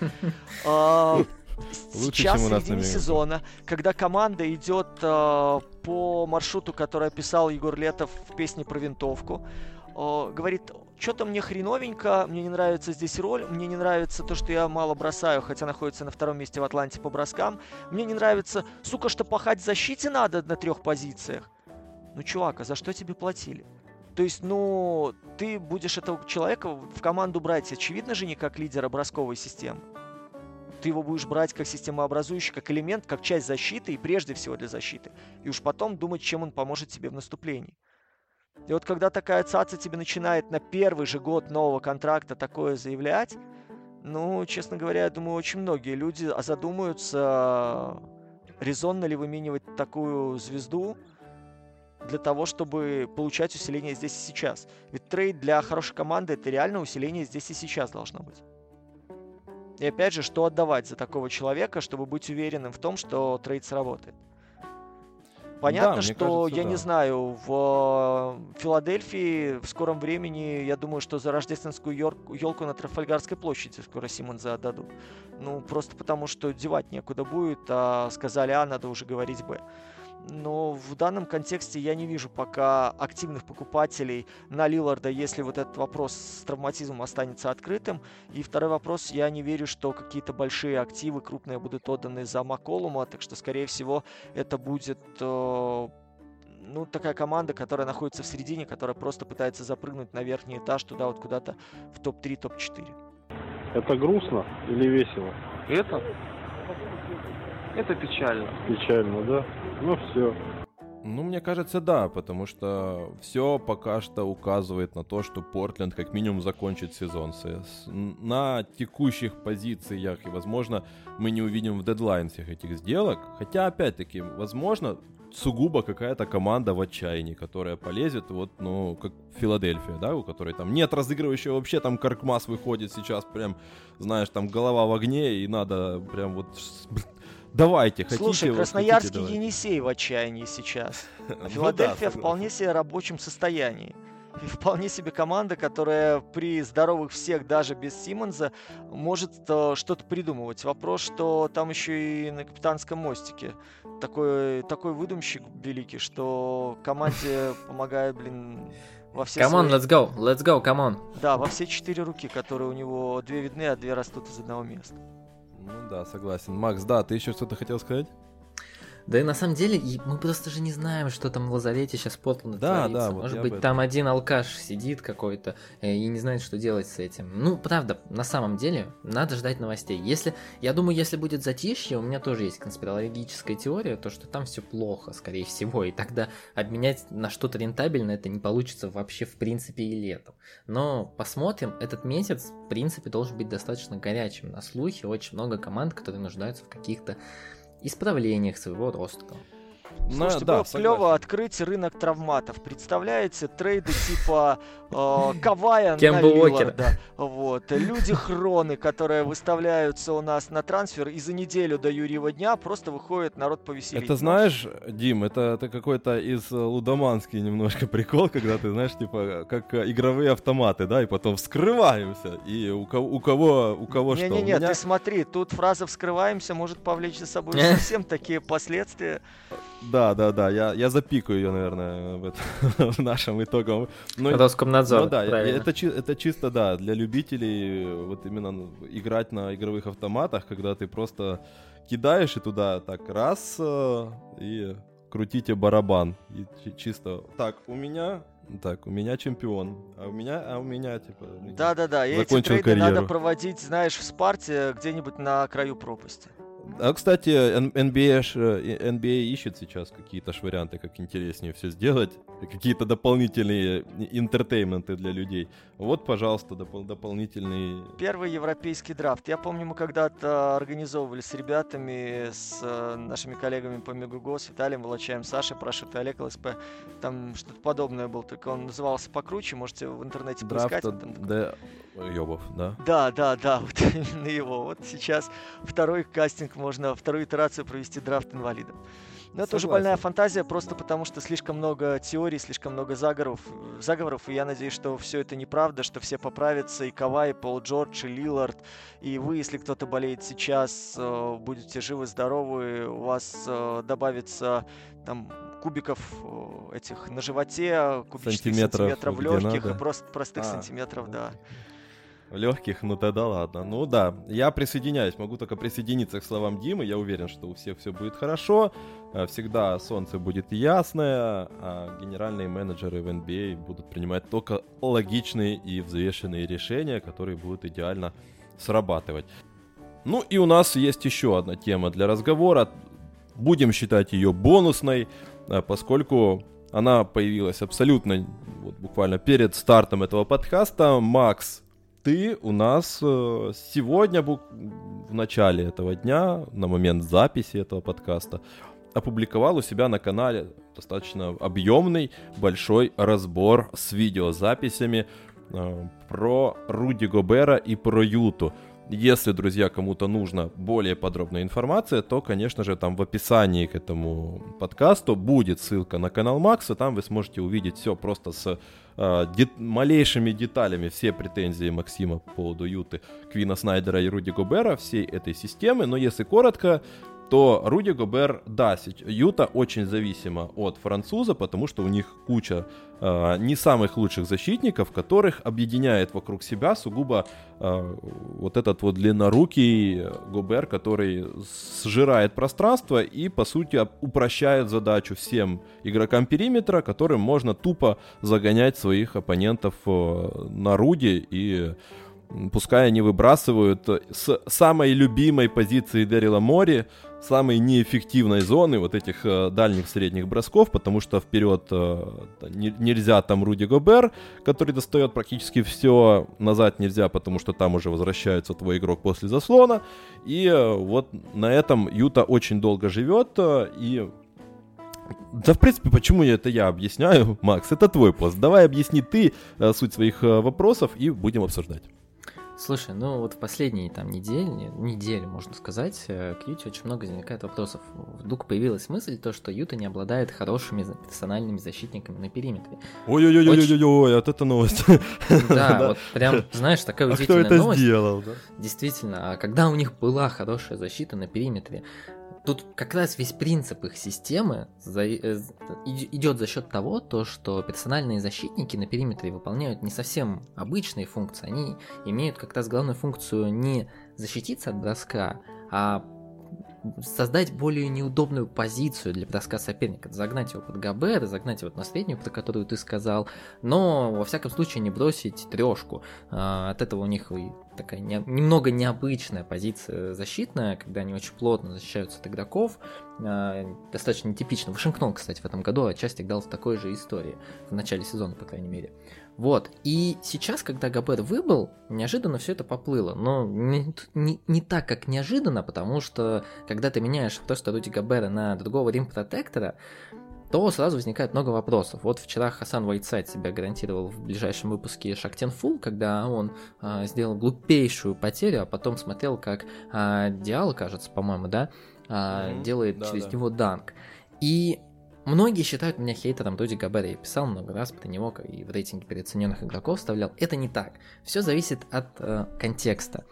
Сейчас, в середине сезона, когда команда идет по маршруту, который описал Егор Летов в песне про винтовку, говорит, что-то мне хреновенько, мне не нравится здесь роль, мне не нравится то, что я мало бросаю, хотя находится на втором месте в Атланте по броскам, мне не нравится, сука, что пахать в защите надо на 3 позициях. Ну, чувак, а за что тебе платили? То есть, ну, ты будешь этого человека в команду брать, очевидно же, не как лидера бросковой системы. Ты его будешь брать как системообразующий, как элемент, как часть защиты и прежде всего для защиты. И уж потом думать, чем он поможет тебе в наступлении. И вот когда такая цаца тебе начинает на первый же год нового контракта такое заявлять, ну, честно говоря, я думаю, очень многие люди задумаются, резонно ли выменивать такую звезду для того, чтобы получать усиление здесь и сейчас. Ведь трейд для хорошей команды — это реально усиление здесь и сейчас должно быть. И опять же, что отдавать за такого человека, чтобы быть уверенным в том, что трейд сработает? Понятно, да, что, кажется, я не знаю, в Филадельфии в скором времени, я думаю, что за рождественскую елку на Трафальгарской площади скоро Симмонса отдадут. Ну, просто потому, что девать некуда будет, а сказали А, надо уже говорить Б. Но в данном контексте я не вижу пока активных покупателей на Лилларда, если вот этот вопрос с травматизмом останется открытым. И второй вопрос, я не верю, что какие-то большие активы крупные будут отданы за Макколума, так что, скорее всего, это будет такая команда, которая находится в середине, которая просто пытается запрыгнуть на верхний этаж, туда вот куда-то в топ-3, топ-4. Это грустно или весело? Это печально. Печально, да? Ну все. Ну, мне кажется, да, потому что все пока что указывает на то, что Портленд как минимум закончит сезон на текущих позициях, и, возможно, мы не увидим в дедлайн всех этих сделок. Хотя, опять-таки, возможно, сугубо какая-то команда в отчаянии, которая полезет, вот, ну, как Филадельфия, да, у которой там нет разыгрывающего, вообще там Коркмаз выходит сейчас прям, знаешь, там голова в огне, и надо прям вот... Давайте, хотите. Слушай, Красноярский Енисей в отчаянии сейчас. А Филадельфия вполне себе в рабочем состоянии. И вполне себе команда, которая при здоровых всех, даже без Симмонса, может что-то придумывать. Вопрос, что там еще и на капитанском мостике такой выдумщик великий, что команде помогает, во все Come on, свои... let's go, come on. Да, во все 4 руки, которые у него 2 видны, а 2 растут из одного места. Ну да, согласен. Макс, да, ты еще что-то хотел сказать? Да и на самом деле мы просто же не знаем, что там в лазарете сейчас Портленда творится. Да, вот Может быть, там один алкаш сидит какой-то и не знает, что делать с этим. Ну, правда, на самом деле, надо ждать новостей. Я думаю, если будет затишье, у меня тоже есть конспирологическая теория, то, что там все плохо, скорее всего, и тогда обменять на что-то рентабельное это не получится вообще в принципе и летом. Но посмотрим, этот месяц, в принципе, должен быть достаточно горячим на слухи. Очень много команд, которые нуждаются в каких-то исправлениях своего ростера. Слушайте, было бы клево открыть рынок травматов. Представляете, трейды типа Кавая на Лиларда. Вот. Люди-хроны, которые выставляются у нас на трансфер, и за неделю до Юрьева дня просто выходит народ повеселить. Это знаешь, Дим, это какой-то из лудоманский немножко прикол, когда ты, знаешь, типа, как игровые автоматы, да, и потом вскрываемся, и у кого что. Не-не-не, ты смотри, тут фраза «вскрываемся» может повлечь за собой совсем такие последствия. Да, я запикаю ее, наверное, в нашем итоговом. Роскомнадзор, да, правильно. Это чисто, да, для любителей вот именно играть на игровых автоматах, когда ты просто кидаешь и туда так раз и крутите барабан. И чисто так, у меня чемпион, а у меня типа Да, и эти трейды надо проводить, знаешь, в Спарте где-нибудь на краю пропасти. А, кстати, NBA ищет сейчас какие-то варианты, как интереснее все сделать, какие-то дополнительные интертейменты для людей. Вот, пожалуйста, дополнительный... Первый европейский драфт. Я помню, мы когда-то организовывали с ребятами, с нашими коллегами по Мегуго, с Виталием Волочаем, Сашей Прошут и Олег ЛСП. Там что-то подобное было, только он назывался покруче, можете в интернете поискать. Ёбов, да? Да, вот именно его. Вот сейчас второй кастинг, можно вторую итерацию провести драфт инвалидов. Но это уже больная фантазия, просто потому что слишком много теорий, слишком много заговоров, и я надеюсь, что все это неправда, что все поправятся, и Кавай, и Пол Джордж, и Лилард, и вы, если кто-то болеет сейчас, будете живы-здоровы, у вас добавится там кубиков этих на животе, кубических сантиметров в легких, и простых сантиметров, да. Легких, ну тогда ладно. Ну да, я присоединяюсь, могу только присоединиться к словам Димы. Я уверен, что у всех все будет хорошо. Всегда солнце будет ясное, а генеральные менеджеры в NBA будут принимать только логичные и взвешенные решения, которые будут идеально срабатывать. Ну и у нас есть еще одна тема для разговора. Будем считать ее бонусной, поскольку она появилась абсолютно вот, буквально перед стартом этого подкаста. Макс, ты у нас сегодня, в начале этого дня, на момент записи этого подкаста, опубликовал у себя на канале достаточно объемный, большой разбор с видеозаписями про Руди Гобера и про Юту. Если, друзья, кому-то нужна более подробная информация, то, конечно же, там в описании к этому подкасту будет ссылка на канал Макса, там вы сможете увидеть все просто с малейшими деталями, все претензии Максима по поводу Юты, Квина Снайдера и Руди Гобера, всей этой системы. Но если коротко, то Руди Гобер, да, Юта очень зависима от француза, потому что у них куча не самых лучших защитников, которых объединяет вокруг себя сугубо вот этот вот длиннорукий Гобер, который сжирает пространство и, по сути, упрощает задачу всем игрокам периметра, которым можно тупо загонять своих оппонентов на Руди, и пускай они выбрасывают с самой любимой позиции Дэрила Мори, самой неэффективной зоны вот этих дальних средних бросков, потому что вперед нельзя, там Руди Гобер, который достает практически все, назад нельзя, потому что там уже возвращается твой игрок после заслона, и вот на этом Юта очень долго живет, и да, в принципе, почему это я объясняю, Макс, это твой пост, давай объясни ты суть своих вопросов и будем обсуждать. Слушай, ну вот в последние там недели, можно сказать, к Юте очень много возникает вопросов. Вдруг появилась мысль, то, что Юта не обладает хорошими персональными защитниками на периметре. Ой-ой-ой-ой-ой, вот это новость. Да, вот прям, знаешь, такая удивительная новость. А кто это сделал, да? Действительно, а когда у них была хорошая защита на периметре, тут как раз весь принцип их системы идет за счет того, что персональные защитники на периметре выполняют не совсем обычные функции, они имеют как раз главную функцию не защититься от броска, а создать более неудобную позицию для броска соперника, загнать его под ГБР, загнать его на среднюю, про которую ты сказал, но во всяком случае не бросить трешку. От этого у них и такая немного необычная позиция защитная, когда они очень плотно защищаются от игроков, достаточно нетипично. Вашингтон, кстати, в этом году отчасти играл в такой же истории, в начале сезона, по крайней мере. Вот, и сейчас, когда ГБР выбыл, неожиданно все это поплыло, но не так, как неожиданно, потому что, когда ты меняешь просто Руди Гобера на другого рим-протектора, то сразу возникает много вопросов. Вот вчера Хасан Уайтсайд себя гарантировал в ближайшем выпуске Шактен Фул, когда он сделал глупейшую потерю, а потом смотрел, как Диалlo, кажется, по-моему, да, делает через него данк. И многие считают меня хейтером Руди Гобера. Я писал много раз про него и в рейтинге переоцененных игроков вставлял. Это не так. Все зависит от контекста.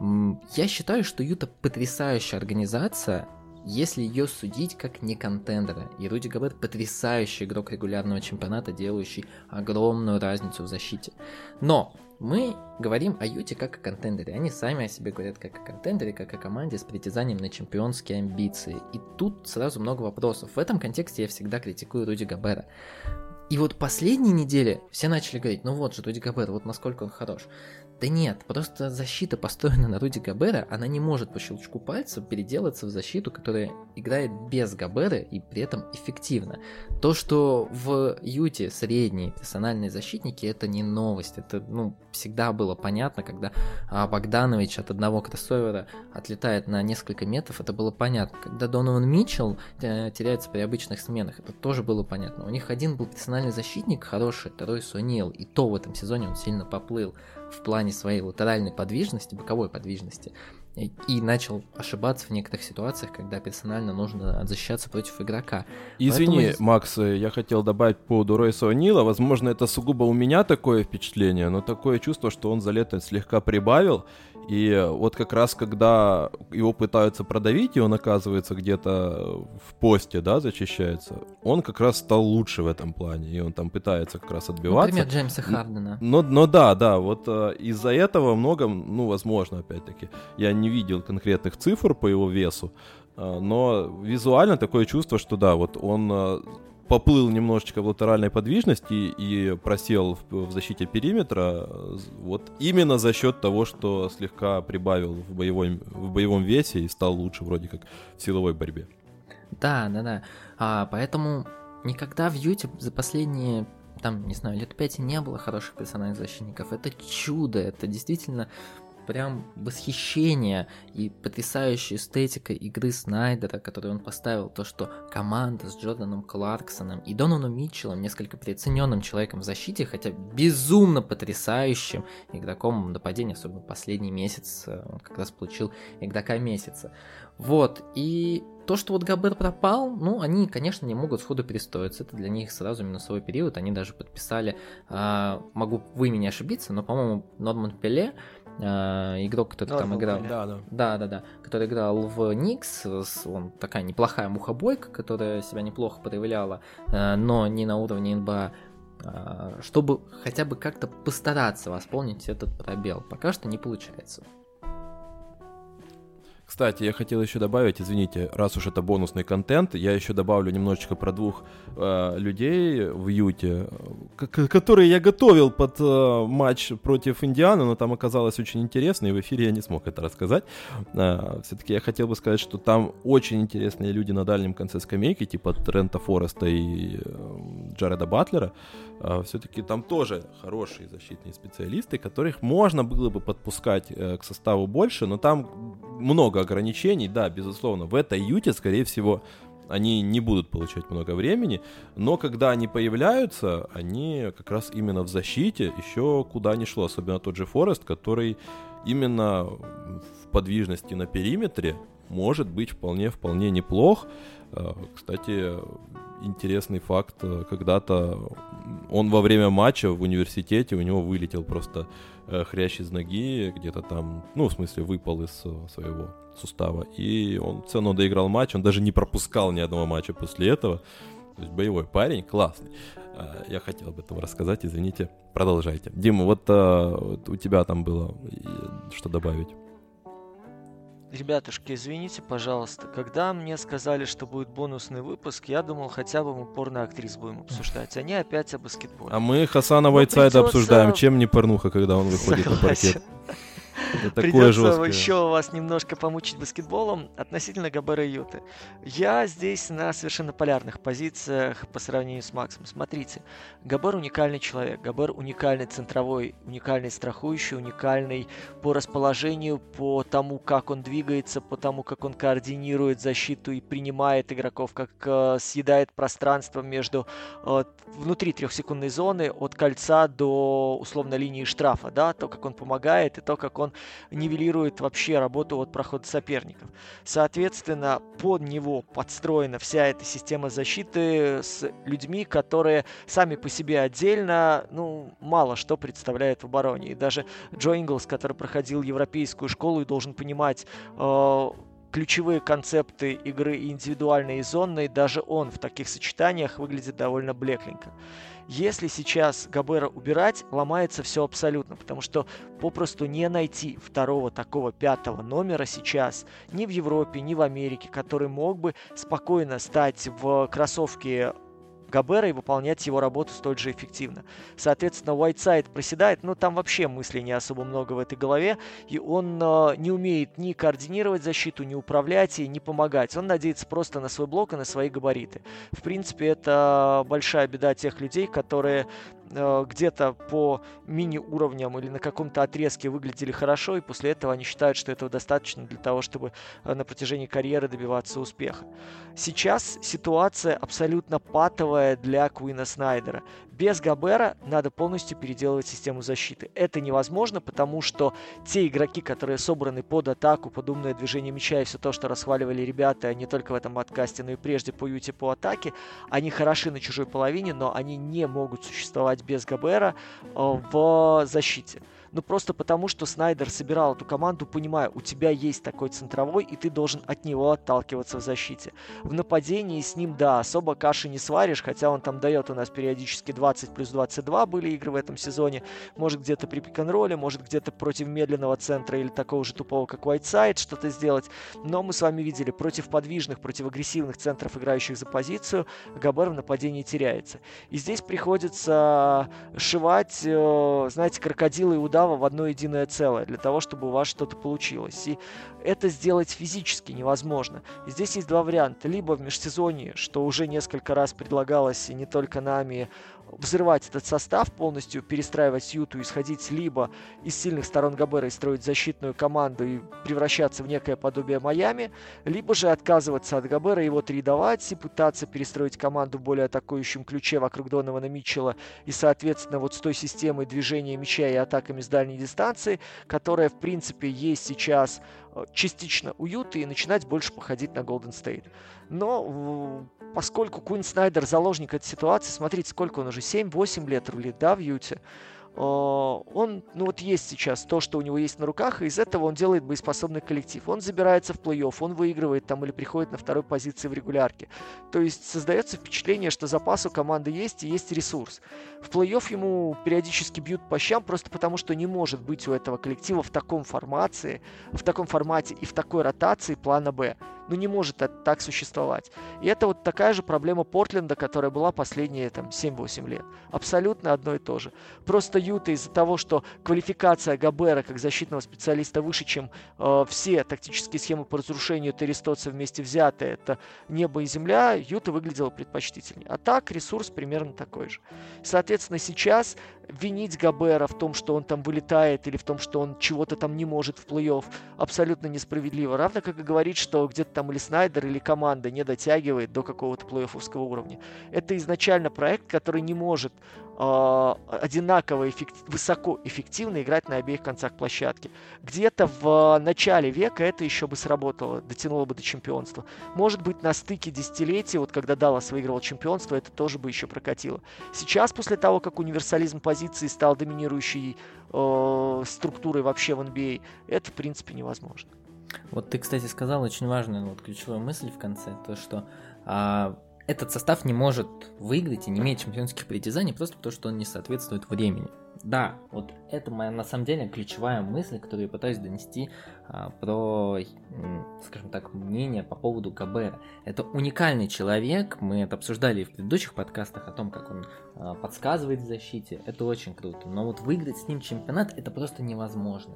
Я считаю, что Юта потрясающая организация, если ее судить как не контендера. И Руди Гобер потрясающий игрок регулярного чемпионата, делающий огромную разницу в защите. Но мы говорим о Юте как о контендере. Они сами о себе говорят как о контендере, как о команде с притязанием на чемпионские амбиции. И тут сразу много вопросов. В этом контексте я всегда критикую Руди Гобера. И вот последние недели все начали говорить, ну вот же Руди Гобер, вот насколько он хорош. Да нет, просто защита, построенная на Руди Гобера, она не может по щелчку пальца переделаться в защиту, которая играет без Гобера и при этом эффективно. То, что в Юте средние персональные защитники, это не новость. Это, всегда было понятно, когда Богданович от одного кроссовера отлетает на несколько метров, это было понятно. Когда Донован Митчелл теряется при обычных сменах, это тоже было понятно. У них один был персональный защитник хороший, второй Сонил, и то в этом сезоне он сильно поплыл в плане своей латеральной подвижности, боковой подвижности, и начал ошибаться в некоторых ситуациях, когда персонально нужно защищаться против игрока. Извини, Макс, я хотел добавить по поводу Ройса О'Нила. Возможно, это сугубо у меня такое впечатление, но такое чувство, что он за лето слегка прибавил. И вот как раз, когда его пытаются продавить, и он оказывается где-то в посте, да, защищается, он как раз стал лучше в этом плане, и он там пытается как раз отбиваться. Например, Джеймса Хардена. Но да, вот из-за этого много, возможно, опять-таки, я не видел конкретных цифр по его весу, но визуально такое чувство, что да, вот он поплыл немножечко в латеральной подвижности и просел в защите периметра вот именно за счет того, что слегка прибавил в боевом весе и стал лучше вроде как в силовой борьбе. Да. Поэтому никогда в Юте за последние, лет 5 не было хороших персональных защитников. Это чудо, это действительно прям восхищение и потрясающая эстетика игры Снайдера, которую он поставил, то, что команда с Джорданом Кларксоном и Донованом Митчеллом, несколько переоцененным человеком в защите, хотя безумно потрясающим игроком нападения, особенно последний месяц, он как раз получил игрока месяца. Вот, и то, что вот Гобер пропал, они, конечно, не могут сходу перестроиться, это для них сразу минусовой период, они даже подписали, могу в имени ошибиться, но, по-моему, Норман Пеле, игрок, который там играл, да, который играл в Никс, он такая неплохая мухобойка, которая себя неплохо проявляла, но не на уровне НБА, чтобы хотя бы как-то постараться восполнить этот пробел. Пока что не получается. Кстати, я хотел еще добавить, извините, раз уж это бонусный контент, я еще добавлю немножечко про двух людей в Юте, которые я готовил под матч против Индианы, но там оказалось очень интересно, и в эфире я не смог это рассказать. Все-таки я хотел бы сказать, что там очень интересные люди на дальнем конце скамейки, типа Трента Фореста и Джареда Батлера. Все-таки там тоже хорошие защитные специалисты, которых можно было бы подпускать к составу больше, но там много ограничений, да, безусловно. В этой Юте, скорее всего, они не будут получать много времени, но когда они появляются, они как раз именно в защите еще куда ни шло, особенно тот же Форест, который именно в подвижности на периметре может быть вполне неплох. Кстати, интересный факт, когда-то он во время матча в университете, у него вылетел просто хрящ из ноги, где-то там, ну, в смысле, выпал из своего сустава, и он ценно доиграл матч, он даже не пропускал ни одного матча после этого. То есть боевой парень, классный. Я хотел об этом рассказать, извините, продолжайте. Дима, вот у тебя там было что добавить? Ребятушки, извините, пожалуйста, когда мне сказали, что будет бонусный выпуск, я думал, хотя бы мы порно-актрис будем обсуждать. Они опять о баскетболе. А мы Хасана Уайтсайда обсуждаем. Чем не порнуха, когда он выходит на паркет? Это такое Придется жесткое. еще вас немножко помучить баскетболом относительно Гобера и Юты. Я здесь на совершенно полярных позициях по сравнению с Максом. Смотрите, Гобер уникальный человек, Гобер уникальный центровой, уникальный страхующий, уникальный по расположению, по тому, как он двигается, по тому, как он координирует защиту и принимает игроков, как съедает пространство между внутри трехсекундной зоны от кольца до условно линии штрафа, да, то, как он помогает и то, как он нивелирует вообще работу от прохода соперников. Соответственно, под него подстроена вся эта система защиты с людьми, которые сами по себе отдельно, ну, мало что представляют в обороне. И даже Джо Инглс, который проходил европейскую школу и должен понимать ключевые концепты игры индивидуальной и зонной, даже он в таких сочетаниях выглядит довольно блекленько. Если сейчас Гобера убирать, ломается все абсолютно, потому что попросту не найти второго такого пятого номера сейчас ни в Европе, ни в Америке, который мог бы спокойно стать в кроссовке Гобера и выполнять его работу столь же эффективно. Соответственно, Уайтсайд проседает, но там вообще мыслей не особо много в этой голове, и он не умеет ни координировать защиту, ни управлять ей, ни помогать. Он надеется просто на свой блок и на свои габариты. В принципе, это большая беда тех людей, которые где-то по мини-уровням или на каком-то отрезке выглядели хорошо, и после этого они считают, что этого достаточно для того, чтобы на протяжении карьеры добиваться успеха. Сейчас ситуация абсолютно патовая для Куина Снайдера. Без Гобера надо полностью переделывать систему защиты. Это невозможно, потому что те игроки, которые собраны под атаку, под умное движение мяча и все то, что расхваливали ребята не только в этом подкасте, но и прежде по Юте по атаке, они хороши на чужой половине, но они не могут существовать без Гобера в защите. Ну, просто потому, что Снайдер собирал эту команду, понимая, у тебя есть такой центровой, и ты должен от него отталкиваться в защите. В нападении с ним, да, особо каши не сваришь, хотя он там дает у нас периодически 20 плюс 22 были игры в этом сезоне. Может, где-то при пик-н-ролле, может, где-то против медленного центра или такого же тупого, как Уайтсайд, что-то сделать. Но мы с вами видели, против подвижных, против агрессивных центров, играющих за позицию, Гобер в нападении теряется. И здесь приходится сшивать, знаете, крокодила и удава в одно единое целое, для того, чтобы у вас что-то получилось. И это сделать физически невозможно. И здесь есть два варианта. Либо в межсезонье, что уже несколько раз предлагалось, и не только нами, взрывать этот состав полностью, перестраивать Юту, исходить либо из сильных сторон Гобера и строить защитную команду и превращаться в некое подобие Майами, либо же отказываться от Гобера, его трейдовать и пытаться перестроить команду в более атакующем ключе вокруг Донована Митчелла и, соответственно, вот с той системой движения мяча и атаками с дальней дистанции, которая, в принципе, есть сейчас частично у Юты, и начинать больше походить на Голден Стейт. Но поскольку Куин Снайдер заложник этой ситуации, смотрите, сколько он уже, 7-8 лет рулит, да, в Юте, он, ну вот есть сейчас то, что у него есть на руках, и из этого он делает боеспособный коллектив. Он забирается в плей-офф, он выигрывает там или приходит на второй позиции в регулярке. То есть создается впечатление, что запас у команды есть и есть ресурс. В плей-офф ему периодически бьют по щам просто потому, что не может быть у этого коллектива в таком формате и в такой ротации плана «Б». Ну, не может это так существовать. И это вот такая же проблема Портленда, которая была последние там 7-8 лет. Абсолютно одно и то же. Просто Юта из-за того, что квалификация Гобера как защитного специалиста выше, чем все тактические схемы по разрушению Теристоца вместе взятые, это небо и земля, Юта выглядела предпочтительнее. А так ресурс примерно такой же. Соответственно, сейчас винить Гобера в том, что он там вылетает или в том, что он чего-то там не может в плей-офф, абсолютно несправедливо. Равно как и говорить, что где-то там или Снайдер, или команда не дотягивает до какого-то плей-оффовского уровня. Это изначально проект, который не может одинаково высоко эффективно играть на обеих концах площадки. Где-то в начале века это еще бы сработало, дотянуло бы до чемпионства. Может быть, на стыке десятилетий, вот когда Даллас выигрывал чемпионство, это тоже бы еще прокатило. Сейчас, после того, как универсализм позиции стал доминирующей структурой вообще в NBA, это, в принципе, невозможно. Вот ты, кстати, сказал очень важную вот ключевую мысль в конце, то, что этот состав не может выиграть и не имеет чемпионских притязаний просто потому, что он не соответствует времени. Да, вот это моя, на самом деле, ключевая мысль, которую я пытаюсь донести про, скажем так, мнение по поводу Гобера. Это уникальный человек, мы это обсуждали в предыдущих подкастах о том, как он подсказывает в защите, это очень круто. Но вот выиграть с ним чемпионат, это просто невозможно.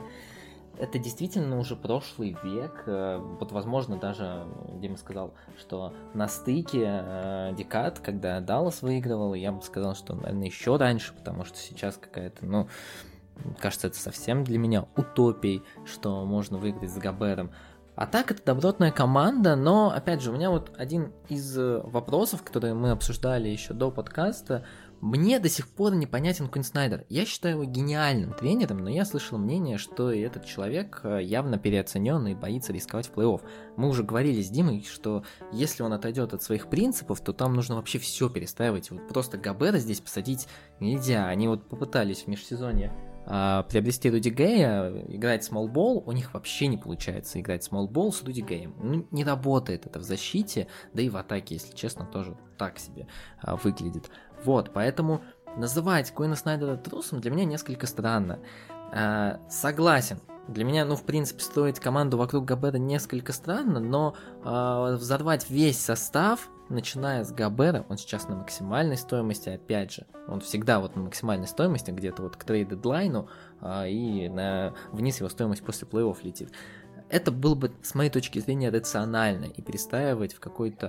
Это действительно уже прошлый век. Вот, возможно, даже Дима сказал, что на стыке декад, когда Даллас выигрывал, я бы сказал, что, наверное, еще раньше, потому что сейчас какая-то, кажется, это совсем для меня утопией, что можно выиграть с Гобером. А так, это добротная команда, но, опять же, у меня вот один из вопросов, которые мы обсуждали еще до подкаста, мне до сих пор непонятен Куин Снайдер. Я считаю его гениальным тренером, но я слышал мнение, что этот человек явно переоценен и боится рисковать в плей-офф. Мы уже говорили с Димой, что если он отойдет от своих принципов, то там нужно вообще все перестраивать. Вот просто Гобера здесь посадить нельзя. Они вот попытались в межсезонье приобрести Руди Гэя, играть смолбол, у них вообще не получается играть смолбол с Руди Гэем. Не работает это в защите, да и в атаке, если честно, тоже так себе выглядит. Вот, поэтому называть Куина Снайдера трусом для меня несколько странно. Согласен, для меня, в принципе, строить команду вокруг Гобера несколько странно, но взорвать весь состав, начиная с Гобера, он сейчас на максимальной стоимости, опять же, он всегда вот на максимальной стоимости, где-то вот к трейд-дедлайну, и вниз его стоимость после плей-офф летит. Это было бы, с моей точки зрения, рационально, и перестраивать в какой-то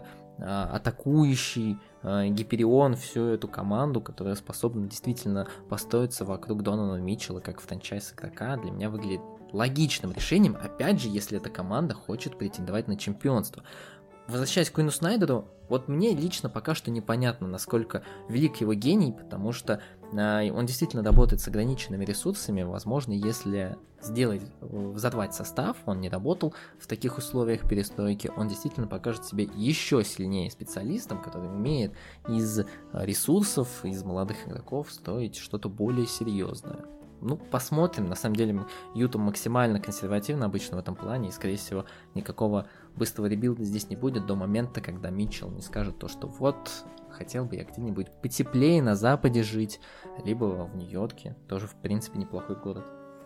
атакующий Гиперион всю эту команду, которая способна действительно построиться вокруг Донована Митчелла как франчайз игрока, для меня выглядит логичным решением, опять же, если эта команда хочет претендовать на чемпионство. Возвращаясь к Куину Снайдеру, вот мне лично пока что непонятно, насколько велик его гений, потому что он действительно работает с ограниченными ресурсами. Возможно, если взорвать состав, он не работал в таких условиях перестройки, он действительно покажет себя еще сильнее специалистом, который умеет из ресурсов, из молодых игроков строить что-то более серьезное. Посмотрим. На самом деле, Юта максимально консервативно обычно в этом плане, и, скорее всего, никакого быстрого ребилда здесь не будет до момента, когда Митчелл не скажет то, что вот, хотел бы я где-нибудь потеплее на Западе жить, либо в Нью-Йорке, тоже, в принципе, неплохой город.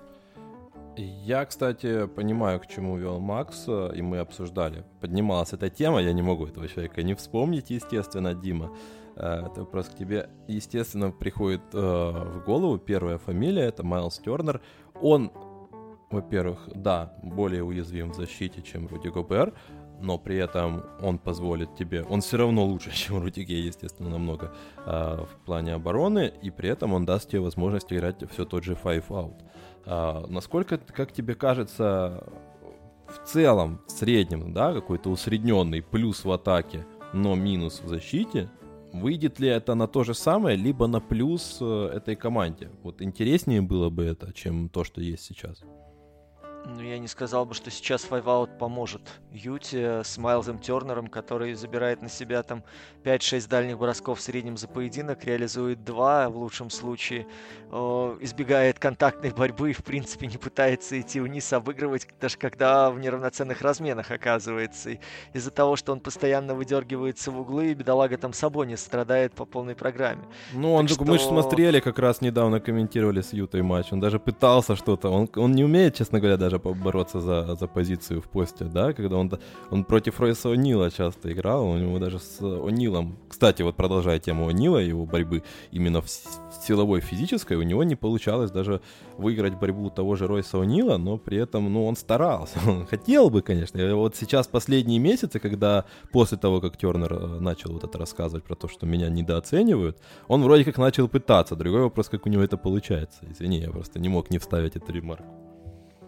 Я, кстати, понимаю, к чему вел Макс, и мы обсуждали. Поднималась эта тема, я не могу этого человека не вспомнить, естественно, Дима. Это вопрос к тебе. Естественно, приходит в голову первая фамилия, это Майлз Тернер. Он, во-первых, да, более уязвим в защите, чем Руди Гобер, но при этом он позволит тебе, он все равно лучше, чем Руди Гей, естественно, намного в плане обороны, и при этом он даст тебе возможность играть все тот же 5-out. Насколько, как тебе кажется, в целом, в среднем, да, какой-то усредненный плюс в атаке, но минус в защите, выйдет ли это на то же самое, либо на плюс этой команде? Вот интереснее было бы это, чем то, что есть сейчас. Я не сказал бы, что сейчас 5-out поможет Юте с Майлзом Тернером, который забирает на себя там 5-6 дальних бросков в среднем за поединок, реализует 2 в лучшем случае, избегает контактной борьбы и в принципе не пытается идти вниз, обыгрывать, даже когда в неравноценных разменах оказывается. И из-за того, что он постоянно выдергивается в углы, бедолага там Сабонис страдает по полной программе. Мы же смотрели, как раз недавно комментировали с Ютой матч, он даже пытался что-то, он не умеет, честно говоря, даже побороться за позицию в посте, да, когда он против Ройса О'Нила часто играл, у него даже с О'Нилом, кстати, вот продолжая тему О'Нила, его борьбы именно в силовой, физической, у него не получалось даже выиграть борьбу того же Ройса О'Нила, но при этом, он старался, он хотел бы, конечно, и вот сейчас последние месяцы, когда после того, как Тернер начал вот это рассказывать про то, что меня недооценивают, он вроде как начал пытаться, другой вопрос, как у него это получается, извини, я просто не мог не вставить эту ремарку.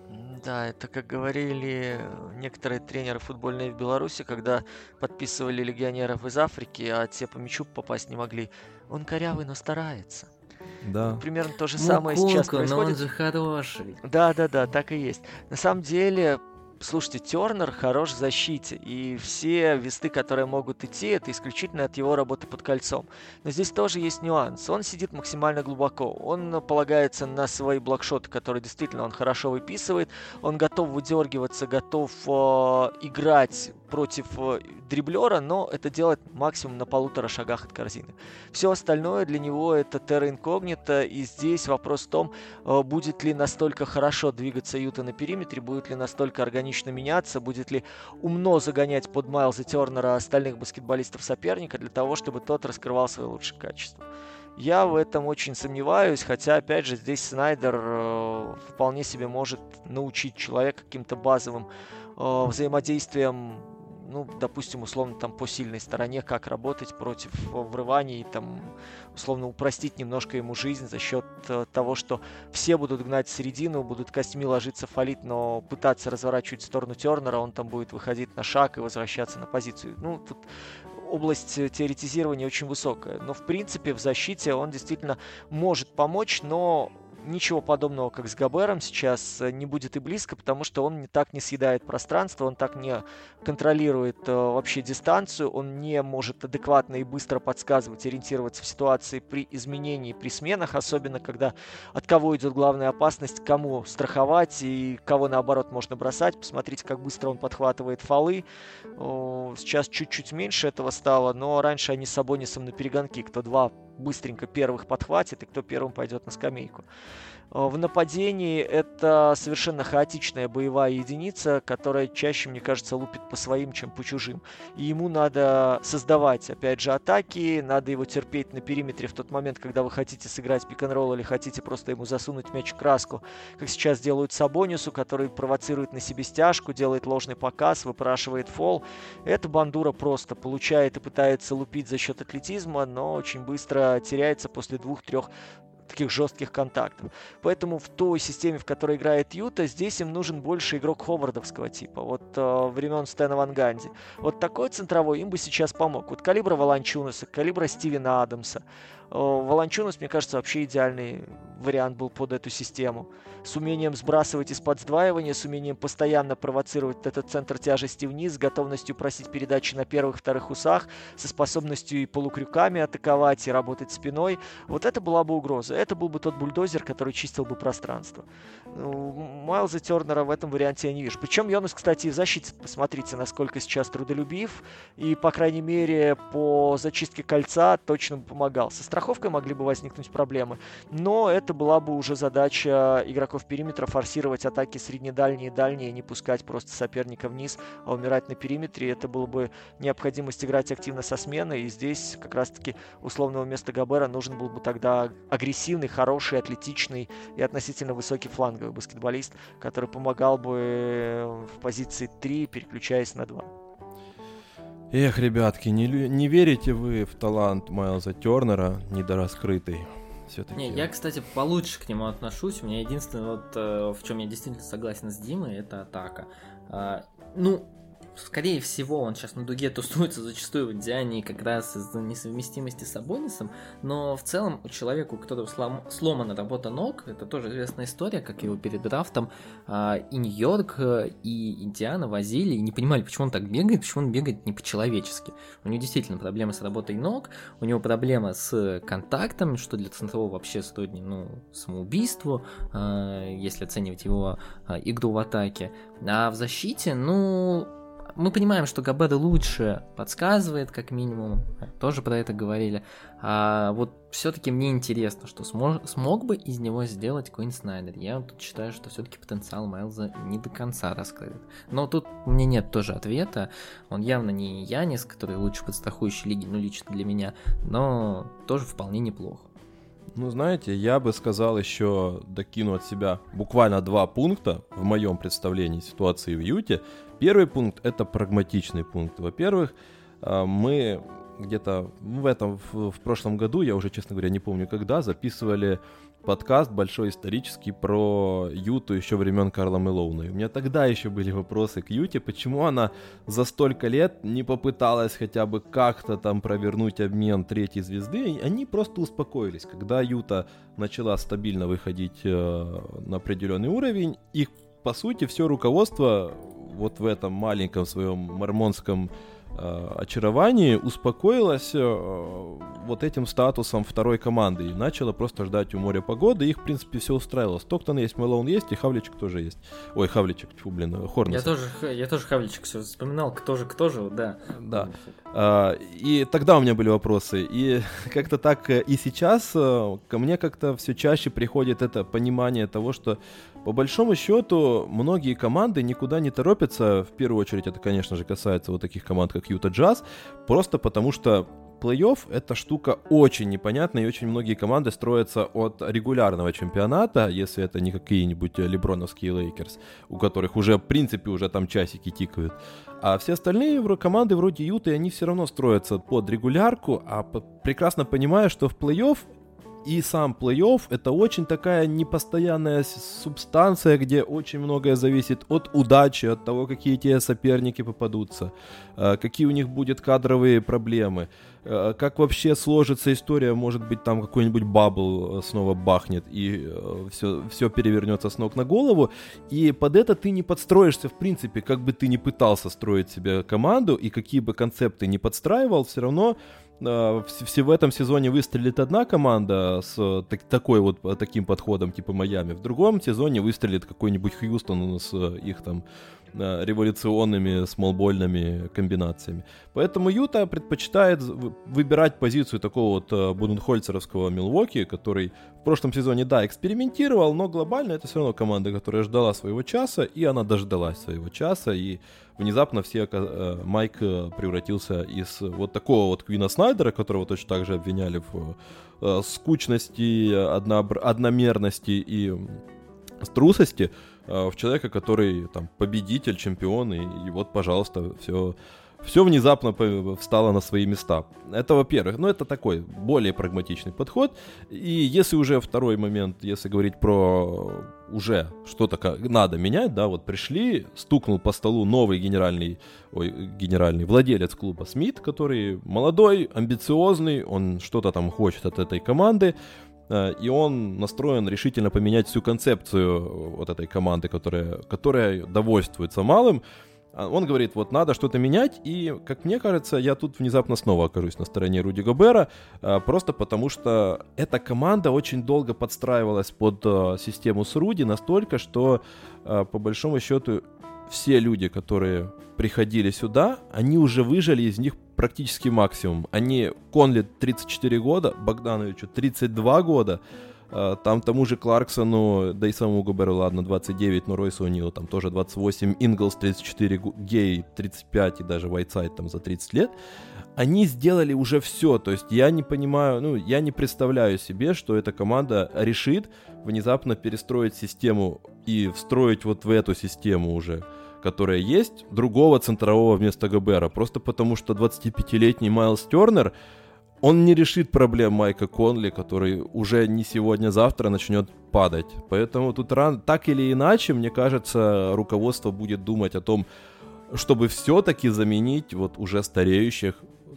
Да, это как говорили некоторые тренеры футбольные в Беларуси, когда подписывали легионеров из Африки, а те по мячу попасть не могли. Он корявый, но старается. Да. Примерно то же самое сейчас Мукулку, но он происходит. же хороший. Да, так и есть. На самом деле, слушайте, Тернер хорош в защите, и все весты, которые могут идти, это исключительно от его работы под кольцом. Но здесь тоже есть нюанс. Он сидит максимально глубоко, он полагается на свои блокшоты, которые действительно он хорошо выписывает, он готов выдергиваться, готов играть против дриблера, но это делает максимум на 1,5 шагах от корзины. Все остальное для него это терра инкогнита, и здесь вопрос в том, будет ли настолько хорошо двигаться Юта на периметре, будет ли настолько органично меняться, будет ли умно загонять под Майлза Тернера остальных баскетболистов соперника для того, чтобы тот раскрывал свои лучшие качества. Я в этом очень сомневаюсь, хотя, опять же, здесь Снайдер вполне себе может научить человека каким-то базовым взаимодействием, ну, допустим, условно, там, по сильной стороне, как работать против врываний, там, условно, упростить немножко ему жизнь за счет того, что все будут гнать в середину, будут костьми ложиться фалить, но пытаться разворачивать в сторону Тернера, он там будет выходить на шаг и возвращаться на позицию. Ну, тут область теоретизирования очень высокая, но, в принципе, в защите он действительно может помочь, но ничего подобного, как с Гобером, сейчас не будет и близко, потому что он так не съедает пространство, он так не контролирует вообще дистанцию, он не может адекватно и быстро подсказывать, ориентироваться в ситуации при изменении, при сменах, особенно когда от кого идет главная опасность, кому страховать и кого, наоборот, можно бросать. Посмотрите, как быстро он подхватывает фолы. Сейчас чуть-чуть меньше этого стало, но раньше они с Сабонисом на перегонки, кто два быстренько первых подхватит и кто первым пойдет на скамейку. В нападении это совершенно хаотичная боевая единица, которая чаще, мне кажется, лупит по своим, чем по чужим. И ему надо создавать, опять же, атаки, надо его терпеть на периметре в тот момент, когда вы хотите сыграть пик-н-ролл или хотите просто ему засунуть мяч в краску, как сейчас делают Сабонису, который провоцирует на себе стяжку, делает ложный показ, выпрашивает фол. Эта бандура просто получает и пытается лупить за счет атлетизма, но очень быстро теряется после 2-3 таких жестких контактов. Поэтому в той системе, в которой играет Юта, здесь им нужен больше игрок ховардовского типа, вот времен Стэна Ван Ганди. Вот такой центровой им бы сейчас помог. Вот калибра Воланчунаса, калибра Стивена Адамса. Воланчунас, мне кажется, вообще идеальный вариант был под эту систему. С умением сбрасывать из-под сдваивания, с умением постоянно провоцировать этот центр тяжести вниз, с готовностью просить передачи на первых-вторых усах, со способностью и полукрюками атаковать, и работать спиной. Вот это была бы угроза. Это был бы тот бульдозер, который чистил бы пространство. Майлза Тернера в этом варианте я не вижу. Причем Йонас, кстати, и в защите, посмотрите, насколько сейчас трудолюбив, и, по крайней мере, по зачистке кольца точно бы помогал. Со страховкой могли бы возникнуть проблемы, но это была бы уже задача игроков периметра форсировать атаки среднедальние и дальние, не пускать просто соперника вниз, а умирать на периметре. Это было бы необходимость играть активно со смены, и здесь как раз-таки условного вместо Гобера нужен был бы тогда агрессивный, хороший, атлетичный и относительно высокий фланговый баскетболист, который помогал бы в позиции 3, переключаясь на 2. Эх, ребятки, не верите вы в талант Майлза Тернера, недораскрытый? Все-таки. Не, я, кстати, получше к нему отношусь. У меня единственное, вот в чем я действительно согласен с Димой, это атака. Скорее всего, он сейчас на дуге тусуется зачастую в Индиане как раз из-за несовместимости с Сабонисом, но в целом у человека, у которого сломана работа ног, это тоже известная история, как его перед драфтом и Нью-Йорк, и Индиана возили и не понимали, почему он так бегает, почему он бегает не по-человечески. У него действительно проблемы с работой ног, у него проблема с контактом, что для центрового вообще стоит самоубийству, если оценивать его игру в атаке. А в защите, мы понимаем, что Гобер лучше подсказывает, как минимум, тоже про это говорили. А вот все-таки мне интересно, что смог бы из него сделать Куин Снайдер. Я тут считаю, что все-таки потенциал Майлза не до конца раскрыт. Но тут у меня нет тоже ответа. Он явно не Янис, который лучший подстрахующий лиги, лично для меня, но тоже вполне неплохо. Знаете, я бы сказал еще, докину от себя буквально 2 пункта в моем представлении ситуации в Юте. Первый пункт — это прагматичный пункт. Во-первых, мы где-то в прошлом году, я уже, честно говоря, не помню когда, записывали подкаст большой исторический про Юту еще времен Карла Мэлоуна. И у меня тогда еще были вопросы к Юте, почему она за столько лет не попыталась хотя бы как-то там провернуть обмен третьей звезды. И они просто успокоились. Когда Юта начала стабильно выходить на определенный уровень, их, по сути, все руководство вот в этом маленьком своем мормонском очаровании успокоилась вот этим статусом второй команды и начала просто ждать у моря погоды. Их, в принципе, все устраивало. Стоктон есть, Мэлоун есть, и Хавличек тоже есть. Ой, Хавличек, Хорнес. Я тоже Хавличек все вспоминал, кто же, да. Да. И тогда у меня были вопросы. И как-то так и сейчас ко мне как-то все чаще приходит это понимание того, что по большому счету многие команды никуда не торопятся. В первую очередь это, конечно же, касается вот таких команд, как Юта Джаз, просто потому что плей-офф — это штука очень непонятная, и очень многие команды строятся от регулярного чемпионата, если это не какие-нибудь леброновские Лейкерс, у которых уже, в принципе, уже там часики тикают. А все остальные команды вроде Юты, они все равно строятся под регулярку, прекрасно понимая, что в плей-офф и сам плей-офф — это очень такая непостоянная субстанция, где очень многое зависит от удачи, от того, какие те соперники попадутся, какие у них будут кадровые проблемы, как вообще сложится история, может быть, там какой-нибудь бабл снова бахнет, и все перевернется с ног на голову, и под это ты не подстроишься, в принципе, как бы ты ни пытался строить себе команду, и какие бы концепты ни подстраивал, все равно в этом сезоне выстрелит одна команда с таким подходом типа Майами, в другом сезоне выстрелит какой-нибудь Хьюстон с их там революционными смолбольными комбинациями. Поэтому Юта предпочитает выбирать позицию такого вот буденхольцеровского Милуоки, который в прошлом сезоне, да, экспериментировал, но глобально это все равно команда, которая ждала своего часа, и она дождалась своего часа, и внезапно Майк превратился из вот такого вот Квина Снайдера, которого точно так же обвиняли в скучности, одномерности и трусости, в человека, который там победитель, чемпион, и вот, пожалуйста, все внезапно встало на свои места. Это, во-первых, это такой более прагматичный подход. И если уже второй момент, если говорить про уже что-то надо менять, да, вот пришли, стукнул по столу новый генеральный владелец клуба Смит, который молодой, амбициозный, он что-то там хочет от этой команды, и он настроен решительно поменять всю концепцию вот этой команды, которая довольствуется малым. Он говорит, вот надо что-то менять, и, как мне кажется, я тут внезапно снова окажусь на стороне Руди Гобера, просто потому что эта команда очень долго подстраивалась под систему с Руди, настолько, что, по большому счету, все люди, которые приходили сюда, они уже выжали из них практически максимум. Конли 34 года, Богдановичу 32 года, там тому же Кларксону, да и самому Гоберу, ладно, 29, но Ройсу О'Нилу там тоже 28, Инглс 34, Гей 35 и даже Уайтсайд там за 30 лет. Они сделали уже все, то есть я не понимаю, я не представляю себе, что эта команда решит внезапно перестроить систему и встроить вот в эту систему уже, которая есть, другого центрового вместо Гобера, просто потому что 25-летний Майлз Тернер, он не решит проблем Майка Конли, который уже не сегодня-завтра начнет падать. Поэтому тут так или иначе, мне кажется, руководство будет думать о том, чтобы все-таки заменить вот уже стареющих,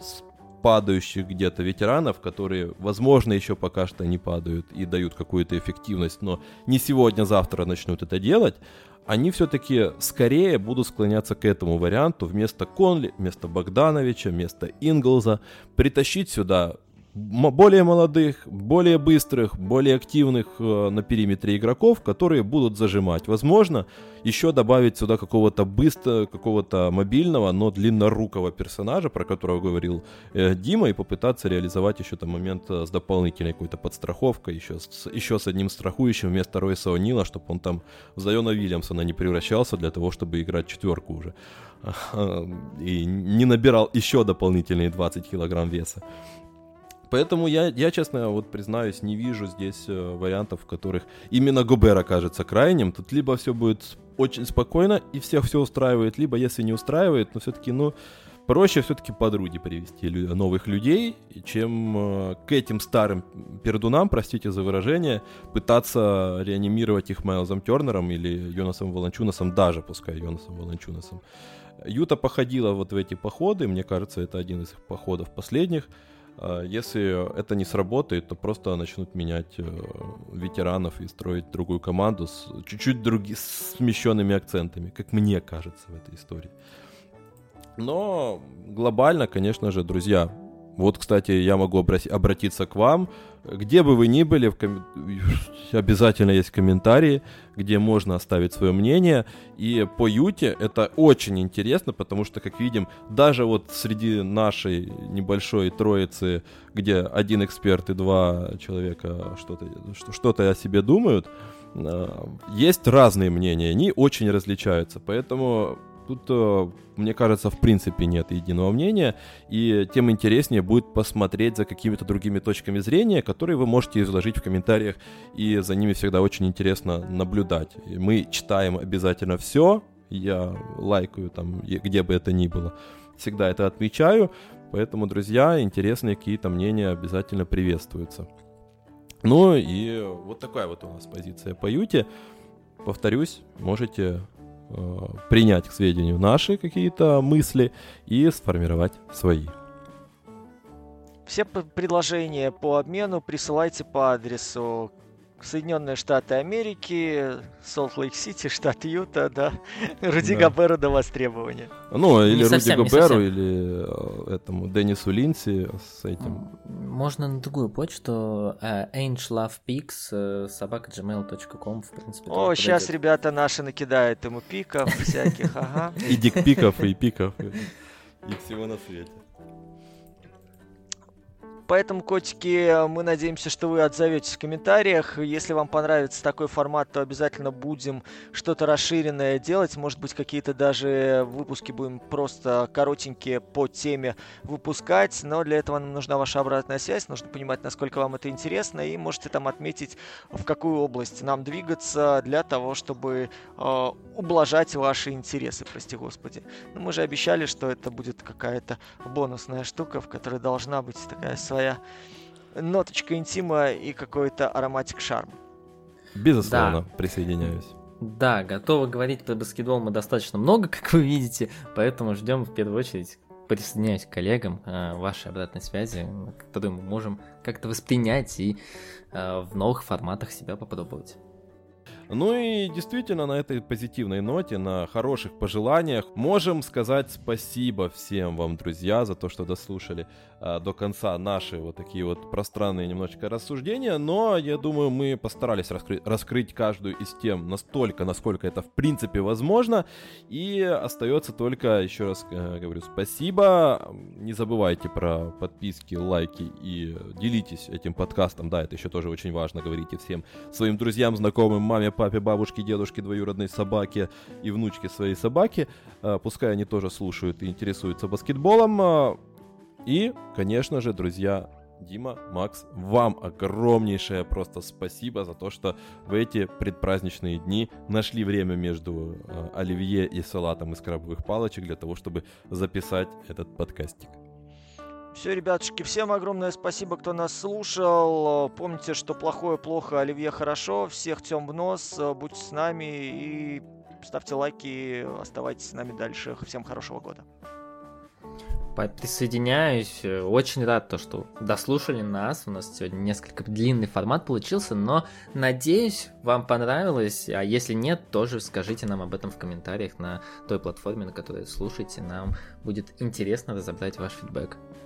падающих где-то ветеранов, которые, возможно, еще пока что не падают и дают какую-то эффективность, но не сегодня-завтра начнут это делать. Они все-таки скорее будут склоняться к этому варианту вместо Конли, вместо Богдановича, вместо Инглза, притащить сюда более молодых, более быстрых, более активных на периметре игроков, которые будут зажимать. Возможно, еще добавить сюда какого-то мобильного, но длиннорукого персонажа, про которого говорил Дима, и попытаться реализовать еще там момент с дополнительной какой-то подстраховкой, еще с одним страхующим вместо Ройса О'Нила, чтобы он там в Зайона Вильямсона не превращался для того, чтобы играть четверку уже. И не набирал еще дополнительные 20 килограмм веса. Поэтому я, честно, вот признаюсь, не вижу здесь вариантов, в которых именно Гобер окажется крайним. Тут либо все будет очень спокойно и всех все устраивает, либо, если не устраивает, но все-таки, проще все-таки подруги привести новых людей, чем к этим старым пердунам, простите за выражение, пытаться реанимировать их Майлзом Тернером или Йонасом Воланчунасом, даже пускай Йонасом Воланчунасом. Юта походила вот в эти походы, мне кажется, это один из их походов последних. Если это не сработает, то просто начнут менять ветеранов и строить другую команду с чуть-чуть смещенными акцентами, как мне кажется в этой истории. Но глобально, конечно же, друзья, вот, кстати, я могу обратиться к вам. Где бы вы ни были, обязательно есть комментарии, где можно оставить свое мнение. И по Юте это очень интересно, потому что, как видим, даже вот среди нашей небольшой троицы, где один эксперт и два человека что-то о себе думают, есть разные мнения, они очень различаются. Поэтому тут, мне кажется, в принципе нет единого мнения, и тем интереснее будет посмотреть за какими-то другими точками зрения, которые вы можете изложить в комментариях, и за ними всегда очень интересно наблюдать. И мы читаем обязательно все, я лайкаю там, где бы это ни было, всегда это отмечаю, поэтому, друзья, интересные какие-то мнения обязательно приветствуются. Ну и вот такая вот у нас позиция по Юте. Повторюсь, можете принять к сведению наши какие-то мысли и сформировать свои. Все предложения по обмену присылайте по адресу Соединенные Штаты Америки, Солт-Лейк-Сити, штат Юта, да. Руди Гоберу до востребования. Ну, или Руди Гоберу, или этому Деннису Линдси с этим. Можно на другую почту angelovepics@gmail.com, в принципе. О, сейчас ребята наши накидают ему пиков всяких, ага. И дикпиков, и пиков, и всего на свете. Поэтому, котики, мы надеемся, что вы отзоветесь в комментариях. Если вам понравится такой формат, то обязательно будем что-то расширенное делать. Может быть, какие-то даже выпуски будем просто коротенькие по теме выпускать. Но для этого нам нужна ваша обратная связь. Нужно понимать, насколько вам это интересно. И можете там отметить, в какую область нам двигаться для того, чтобы ублажать ваши интересы, прости господи. Но мы же обещали, что это будет какая-то бонусная штука, в которой должна быть такая своя ноточка интима и какой-то ароматик шарма. Безусловно, да. Присоединяюсь. Да, готовы говорить про баскетбол мы достаточно много, как вы видите, поэтому ждем в первую очередь, присоединяюсь к коллегам, вашей обратной связи, которую мы можем как-то воспринять и в новых форматах себя попробовать. Ну и действительно, на этой позитивной ноте, на хороших пожеланиях, можем сказать спасибо всем вам, друзья, за то, что дослушали до конца наши вот такие вот пространные немножечко рассуждения, но я думаю, мы постарались раскрыть каждую из тем настолько, насколько это в принципе возможно, и остается только, еще раз говорю, спасибо, не забывайте про подписки, лайки и делитесь этим подкастом, да, это еще тоже очень важно, говорите всем своим друзьям, знакомым, маме, папе, бабушке, дедушке, двоюродной собаке и внучке своей собаки, пускай они тоже слушают и интересуются баскетболом. И, конечно же, друзья, Дима, Макс, вам огромнейшее просто спасибо за то, что в эти предпраздничные дни нашли время между оливье и салатом из крабовых палочек для того, чтобы записать этот подкастик. Все, ребятушки, всем огромное спасибо, кто нас слушал. Помните, что плохое плохо, оливье хорошо. Всех тем в нос, будьте с нами и ставьте лайки, оставайтесь с нами дальше. Всем хорошего года. Присоединяюсь, очень рад, что дослушали нас, у нас сегодня несколько длинный формат получился, но надеюсь, вам понравилось, а если нет, тоже скажите нам об этом в комментариях на той платформе, на которой слушаете, нам будет интересно разобрать ваш фидбэк.